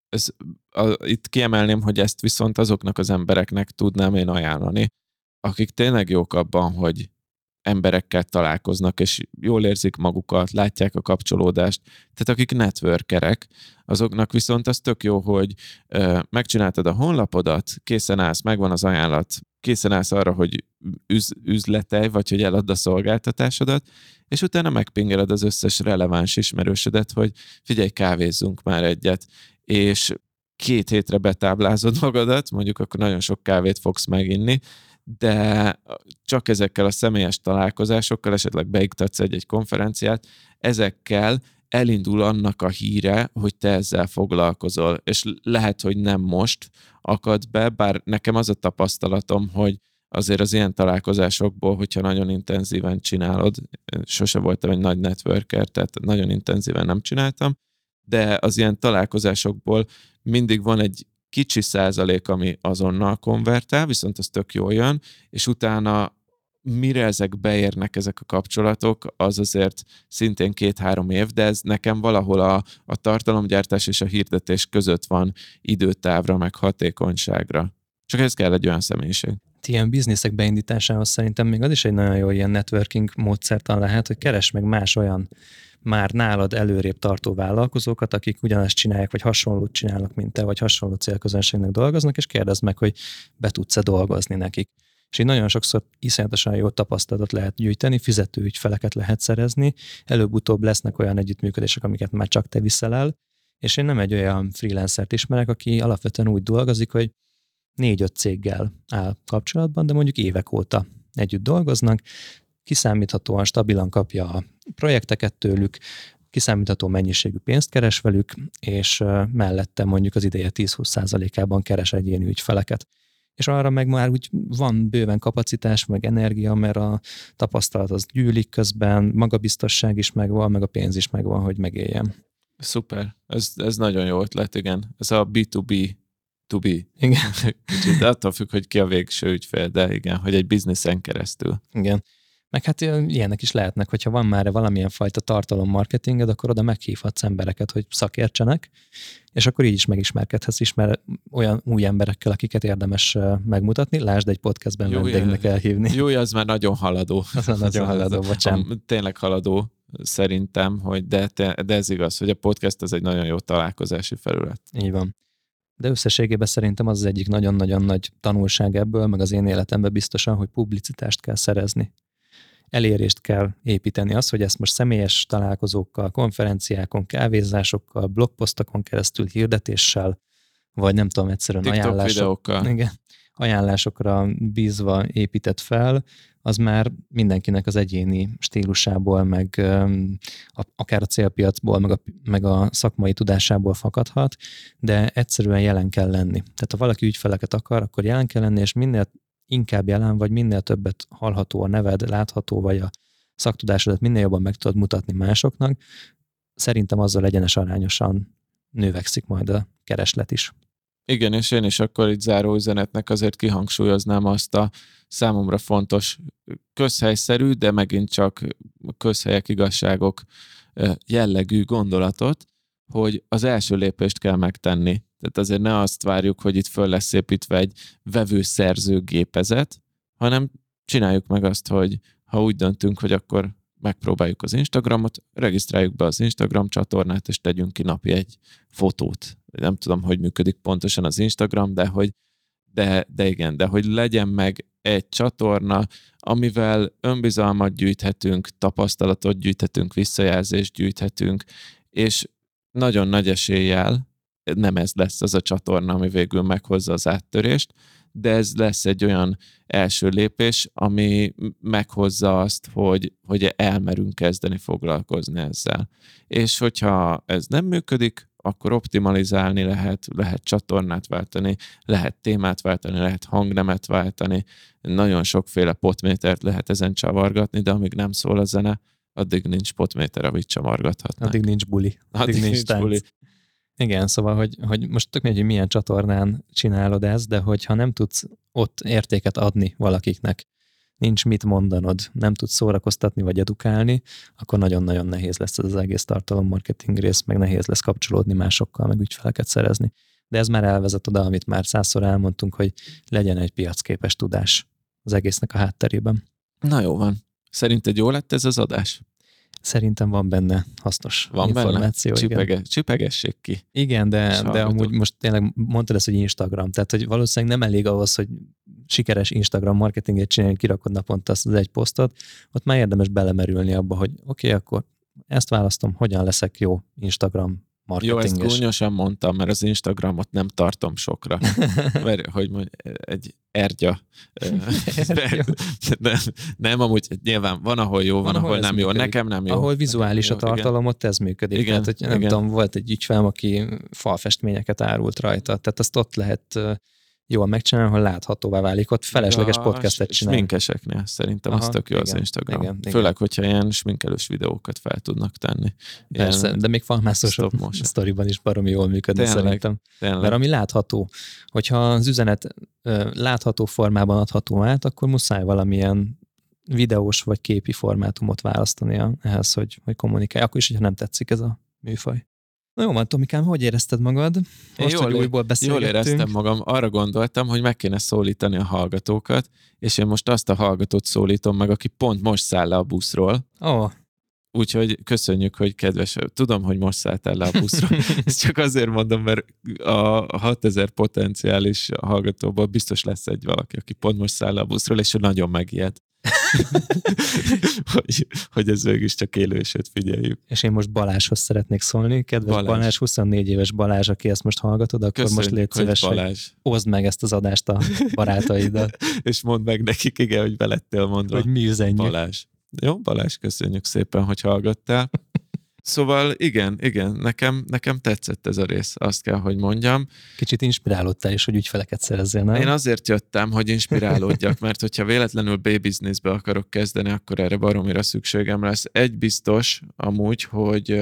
Speaker 2: itt kiemelném, hogy ezt viszont azoknak az embereknek tudnám én ajánlani, akik tényleg jók abban, hogy emberekkel találkoznak, és jól érzik magukat, látják a kapcsolódást. Tehát akik networkerek, azoknak viszont az tök jó, hogy megcsináltad a honlapodat, készen állsz, megvan az ajánlat, készen állsz arra, hogy üzletelj, vagy hogy eladd a szolgáltatásodat, és utána megpingeled az összes releváns ismerősödet, hogy figyelj, kávézzunk már egyet, és 2 hétre betáblázod magadat, mondjuk akkor nagyon sok kávét fogsz meginni, de csak ezekkel a személyes találkozásokkal, esetleg beiktatsz egy konferenciát, ezekkel elindul annak a híre, hogy te ezzel foglalkozol, és lehet, hogy nem most akad be, bár nekem az a tapasztalatom, hogy azért az ilyen találkozásokból, hogyha nagyon intenzíven csinálod, sose voltam egy nagy networker, tehát nagyon intenzíven nem csináltam, de az ilyen találkozásokból mindig van egy kicsi százalék, ami azonnal konvertál, viszont az tök jól jön, és utána mire ezek beérnek, ezek a kapcsolatok, az azért szintén 2-3 év, de ez nekem valahol a tartalomgyártás és a hirdetés között van időtávra, meg hatékonyságra. Csak ez kell egy olyan személyiség.
Speaker 1: Ilyen bizniszek beindításához szerintem még az is egy nagyon jó ilyen networking módszertan lehet, hogy keresd meg más olyan már nálad előrébb tartó vállalkozókat, akik ugyanazt csinálják, vagy hasonlót csinálnak, mint te, vagy hasonló célközönségnek dolgoznak, és kérdezd meg, hogy be tudsz-e dolgozni nekik. És így nagyon sokszor iszonyatosan jó tapasztalatot lehet gyűjteni, fizető ügyfeleket lehet szerezni, előbb-utóbb lesznek olyan együttműködések, amiket már csak te viszel el, és én nem egy olyan freelancert ismerek, aki alapvetően úgy dolgozik, hogy 4-5 céggel áll kapcsolatban, de mondjuk évek óta együtt dolgoznak, kiszámíthatóan, stabilan kapja a projekteket tőlük, kiszámítható mennyiségű pénzt keres velük, és mellette mondjuk az ideje 10-20%-ában keres egyéni ügyfeleket. És arra meg már úgy van bőven kapacitás, meg energia, mert a tapasztalat az gyűlik közben, magabiztosság is megvan, meg a pénz is megvan, hogy megéljem.
Speaker 2: Szuper. Ez nagyon jó ötlet, igen. Ez a B2B to be.
Speaker 1: Igen.
Speaker 2: Kicsit attól függ, hogy ki a végső ügyfél, de igen, hogy egy bizniszen keresztül.
Speaker 1: Igen. Meg hát ilyenek is lehetnek, hogyha van már valamilyen fajta tartalommarketinged, akkor oda meghívhatsz embereket, hogy szakértsenek, és akkor így is megismerkedhetsz olyan új emberekkel, akiket érdemes megmutatni. Lásd, egy podcastben vendégnek elhívni.
Speaker 2: Jó, az már nagyon haladó.
Speaker 1: Az már nagyon haladó, bocsánat.
Speaker 2: Tényleg haladó szerintem, hogy de ez igaz, hogy a podcast az egy nagyon jó találkozási felület.
Speaker 1: Így van. De összességében szerintem az egyik nagyon-nagyon nagy tanulság ebből, meg az én életemben biztosan, hogy publicitást kell szerezni. Elérést kell építeni. Az, hogy ezt most személyes találkozókkal, konferenciákon, kávézásokkal, blogposztokon keresztül, hirdetéssel, vagy nem tudom, egyszerűen ajánlásokra bízva épített fel, az már mindenkinek az egyéni stílusából, meg akár a célpiacból, meg a szakmai tudásából fakadhat, de egyszerűen jelen kell lenni. Tehát ha valaki ügyfeleket akar, akkor jelen kell lenni, és minél inkább jelen, vagy minél többet hallható a neved, látható, vagy a szaktudásodat minél jobban meg tudod mutatni másoknak, szerintem azzal egyenes arányosan növekszik majd a kereslet is.
Speaker 2: Igen, és én is akkor itt záró üzenetnek azért kihangsúlyoznám azt a számomra fontos közhelyszerű, de megint csak közhelyek, igazságok jellegű gondolatot, hogy az első lépést kell megtenni. Tehát azért ne azt várjuk, hogy itt föl lesz építve egy vevő-szerző gépezet, hanem csináljuk meg azt, hogy ha úgy döntünk, hogy akkor megpróbáljuk az Instagramot, regisztráljuk be az Instagram csatornát, és tegyünk ki napi egy fotót. Nem tudom, hogy működik pontosan az Instagram, de igen, de hogy legyen meg egy csatorna, amivel önbizalmat gyűjthetünk, tapasztalatot gyűjthetünk, visszajelzést gyűjthetünk, és nagyon nagy eséllyel nem ez lesz az a csatorna, ami végül meghozza az áttörést, de ez lesz egy olyan első lépés, ami meghozza azt, hogy elmerünk kezdeni foglalkozni ezzel. És hogyha ez nem működik, akkor optimalizálni lehet csatornát váltani, lehet témát váltani, lehet hangnemet váltani, nagyon sokféle potmétert lehet ezen csavargatni, de amíg nem szól a zene, addig nincs potméter, amit csavargathatnak.
Speaker 1: Addig nincs buli.
Speaker 2: Addig nincs buli.
Speaker 1: Igen, szóval, hogy most tök mindegy, hogy milyen csatornán csinálod ezt, de hogyha nem tudsz ott értéket adni valakiknek, nincs mit mondanod, nem tudsz szórakoztatni vagy edukálni, akkor nagyon-nagyon nehéz lesz ez az egész tartalommarketing rész, meg nehéz lesz kapcsolódni másokkal, meg ügyfeleket szerezni. De ez már elvezet oda, amit már 100-szor elmondtunk, hogy legyen egy piacképes tudás az egésznek a hátterében.
Speaker 2: Na jó van. Szerinted jó lett ez az adás?
Speaker 1: Szerintem van benne hasznos információ.
Speaker 2: Csipegessék ki.
Speaker 1: Igen, de amúgy most tényleg mondtad ezt, hogy Instagram. Tehát, hogy valószínűleg nem elég ahhoz, hogy sikeres Instagram marketinget csinálni, kirakod naponta azt az egy posztot, ott már érdemes belemerülni abba, hogy oké, akkor ezt választom, hogyan leszek jó Instagram marketinges.
Speaker 2: Jó, ezt gúnyosan mondtam, mert az Instagramot nem tartom sokra. Mert, hogy egy ergya. Nem, amúgy nyilván van, ahol jó, van ahol nem jó. Működik. Nekem nem jó.
Speaker 1: Ahol vizuális a tartalom, ott ez működik. Igen, tehát, hogy nem tudom, volt egy ügyfelem, aki falfestményeket árult rajta. Tehát azt ott lehet jól megcsinálni, ahol láthatóvá válik. Ott felesleges podcastet csinál.
Speaker 2: Sminkeseknél szerintem az tök jó az Instagram. Igen. Főleg, hogyha ilyen sminkelős videókat fel tudnak tenni.
Speaker 1: Persze, de még falmászós sztoriban is baromi jól működni szerintem. Tényleg. Mert ami látható, hogyha az üzenet látható formában adható át, akkor muszáj valamilyen videós vagy képi formátumot választania ehhez, hogy kommunikálj. Akkor is, hogyha nem tetszik ez a műfaj. Na jó van, Tomikám, hogy érezted magad? Most, hogy újból beszélgettünk.
Speaker 2: Jól éreztem magam. Arra gondoltam, hogy meg kéne szólítani a hallgatókat, és én most azt a hallgatót szólítom meg, aki pont most száll le a buszról. Úgyhogy köszönjük, hogy kedves. Tudom, hogy most szálltál le a buszról. Ezt csak azért mondom, mert a 6000 potenciális hallgatóból biztos lesz egy valaki, aki pont most száll le a buszról, és ő nagyon megijed. hogy ez végig is csak élő, és őt figyeljük.
Speaker 1: És én most Balázshoz szeretnék szólni. Kedves Balázs, 24 éves Balázs, aki ezt most hallgatod, akkor köszönjük, most légy szíves, hogy oszd meg ezt az adást a barátaiddal.
Speaker 2: És mondd meg nekik, igen, hogy belettél mondva.
Speaker 1: Hogy mi üzenjük.
Speaker 2: Balázs. Jó, Balázs, köszönjük szépen, hogy hallgattál. Szóval igen, nekem tetszett ez a rész, azt kell, hogy mondjam.
Speaker 1: Kicsit inspirálódtál is, hogy ügyfeleket szerezzél, nem?
Speaker 2: Én azért jöttem, hogy inspirálódjak, mert hogyha véletlenül B-businessbe akarok kezdeni, akkor erre baromira szükségem lesz. Egy biztos amúgy, hogy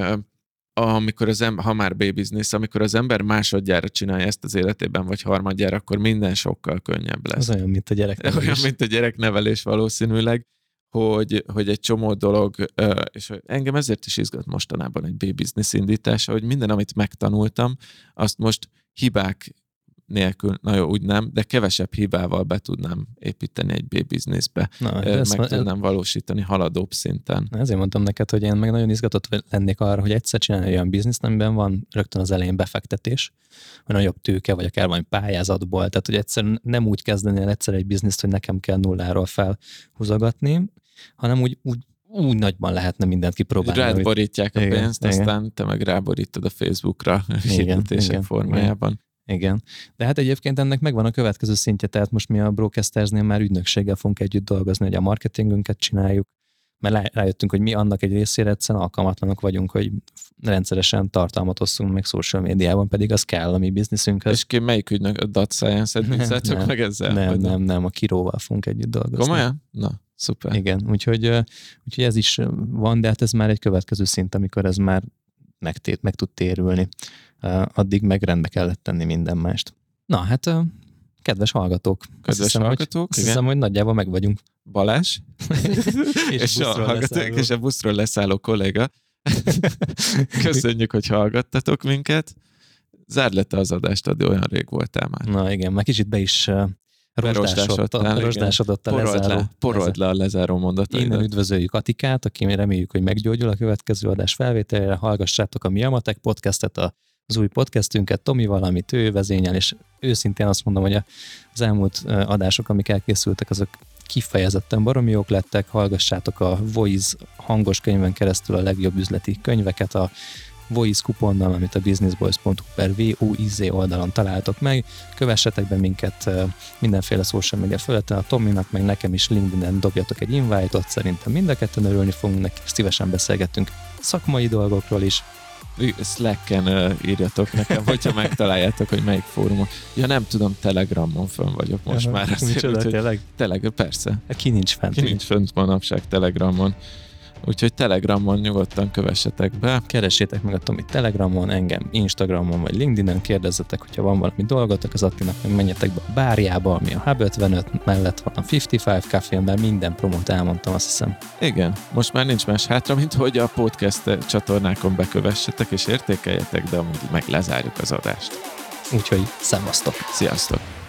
Speaker 2: ha már B-business, amikor az ember másodjára csinálja ezt az életében, vagy harmadjára, akkor minden sokkal könnyebb lesz.
Speaker 1: Ez olyan, mint a gyereknevelés.
Speaker 2: Olyan, mint a gyereknevelés valószínűleg. Hogy egy csomó dolog, és engem ezért is izgat mostanában egy B-business indítása, hogy minden, amit megtanultam, azt most hibák nélkül, na jó, úgy nem, de kevesebb hibával be tudnám építeni egy B-businessbe. Meg tudnám valósítani haladóbb szinten.
Speaker 1: Ezért mondtam neked, hogy én meg nagyon izgatott lennék arra, hogy egyszer csinálni olyan bizniszt, amiben van rögtön az elején befektetés, vagy nagyobb tőke, vagy akár valami pályázatból. Tehát, hogy egyszer nem úgy kezdeni el egyszer egy bizniszt, hogy nekem kell nulláról felhúzogatni, hanem úgy nagyban lehetne mindent kipróbálni.
Speaker 2: Rád borítják a pénzt, aztán te meg ráborítod a Facebookra hirdetések formájában.
Speaker 1: Igen. De hát egyébként ennek megvan a következő szintje, tehát most mi a Broadcastersnél már ügynökséggel fogunk együtt dolgozni, hogy a marketingünket csináljuk, mert rájöttünk, hogy mi annak egy részére egyszerűen alkalmatlanok vagyunk, hogy rendszeresen tartalmat osszunk meg social médiában, pedig az kell a mi bizniszünkhöz.
Speaker 2: És melyik ügynök? A Data Science-et bízzátok meg ezzel?
Speaker 1: Nem, a Kiróval fogunk együtt dolgozni.
Speaker 2: Komolyan? Na, szuper.
Speaker 1: Igen, úgyhogy ez is van, de hát ez már egy következő szint, amikor ez már meg tud térülni. Addig meg rendbe kellett tenni minden mást. Na, hát kedves hallgatók. Azt hiszem, hogy nagyjából meg vagyunk.
Speaker 2: Balázs. és a buszról leszálló kolléga. Köszönjük, hogy hallgattatok minket. Zárd le te az adást, addig olyan rég voltál már.
Speaker 1: Na igen, már kicsit be is rozsdásodott a lezáró.
Speaker 2: Porold le a lezáró mondataidat.
Speaker 1: Innen üdvözöljük Atikát, aki reméljük, hogy meggyógyul a következő adás felvételére. Hallgassátok a Miamatek podcastet, az új podcastünket Tomival, amit ő vezényel, és őszintén azt mondom, hogy az elmúlt adások, amik elkészültek, azok kifejezetten baromi jók lettek. Hallgassátok a Voice hangos könyven keresztül a legjobb üzleti könyveket, a Voice kuponnal, amit a businessboys.hu/VOIZ oldalon találtok meg. Kövessetek be minket mindenféle social media felületen, a Tominak, meg nekem is LinkedIn-en dobjatok egy invite-ot, szerintem mind a ketten örülni fogunk neki, szívesen beszélgetünk szakmai dolgokról is.
Speaker 2: Slacken írjatok nekem, hogyha megtaláljátok, hogy melyik fórumon. Ja, nem tudom, Telegramon fönn vagyok most már.
Speaker 1: Micsoda, tényleg?
Speaker 2: Persze.
Speaker 1: Ki nincs fent?
Speaker 2: Ki nincs fönt manapság Telegramon. Úgyhogy Telegramon nyugodtan kövessetek be.
Speaker 1: Keressétek meg a Tomit Telegramon, engem Instagramon vagy LinkedIn-en, kérdezzetek, hogyha van valami dolgotok az Attinak, meg menjetek be a bárjába, ami a Hub 55 mellett van, a 55 Café, mert minden promót elmondtam, azt hiszem.
Speaker 2: Igen, most már nincs más hátra, mint hogy a podcast csatornákon bekövessetek és értékeljetek, de amúgy meg lezárjuk az adást.
Speaker 1: Úgyhogy szevasztok!
Speaker 2: Sziasztok!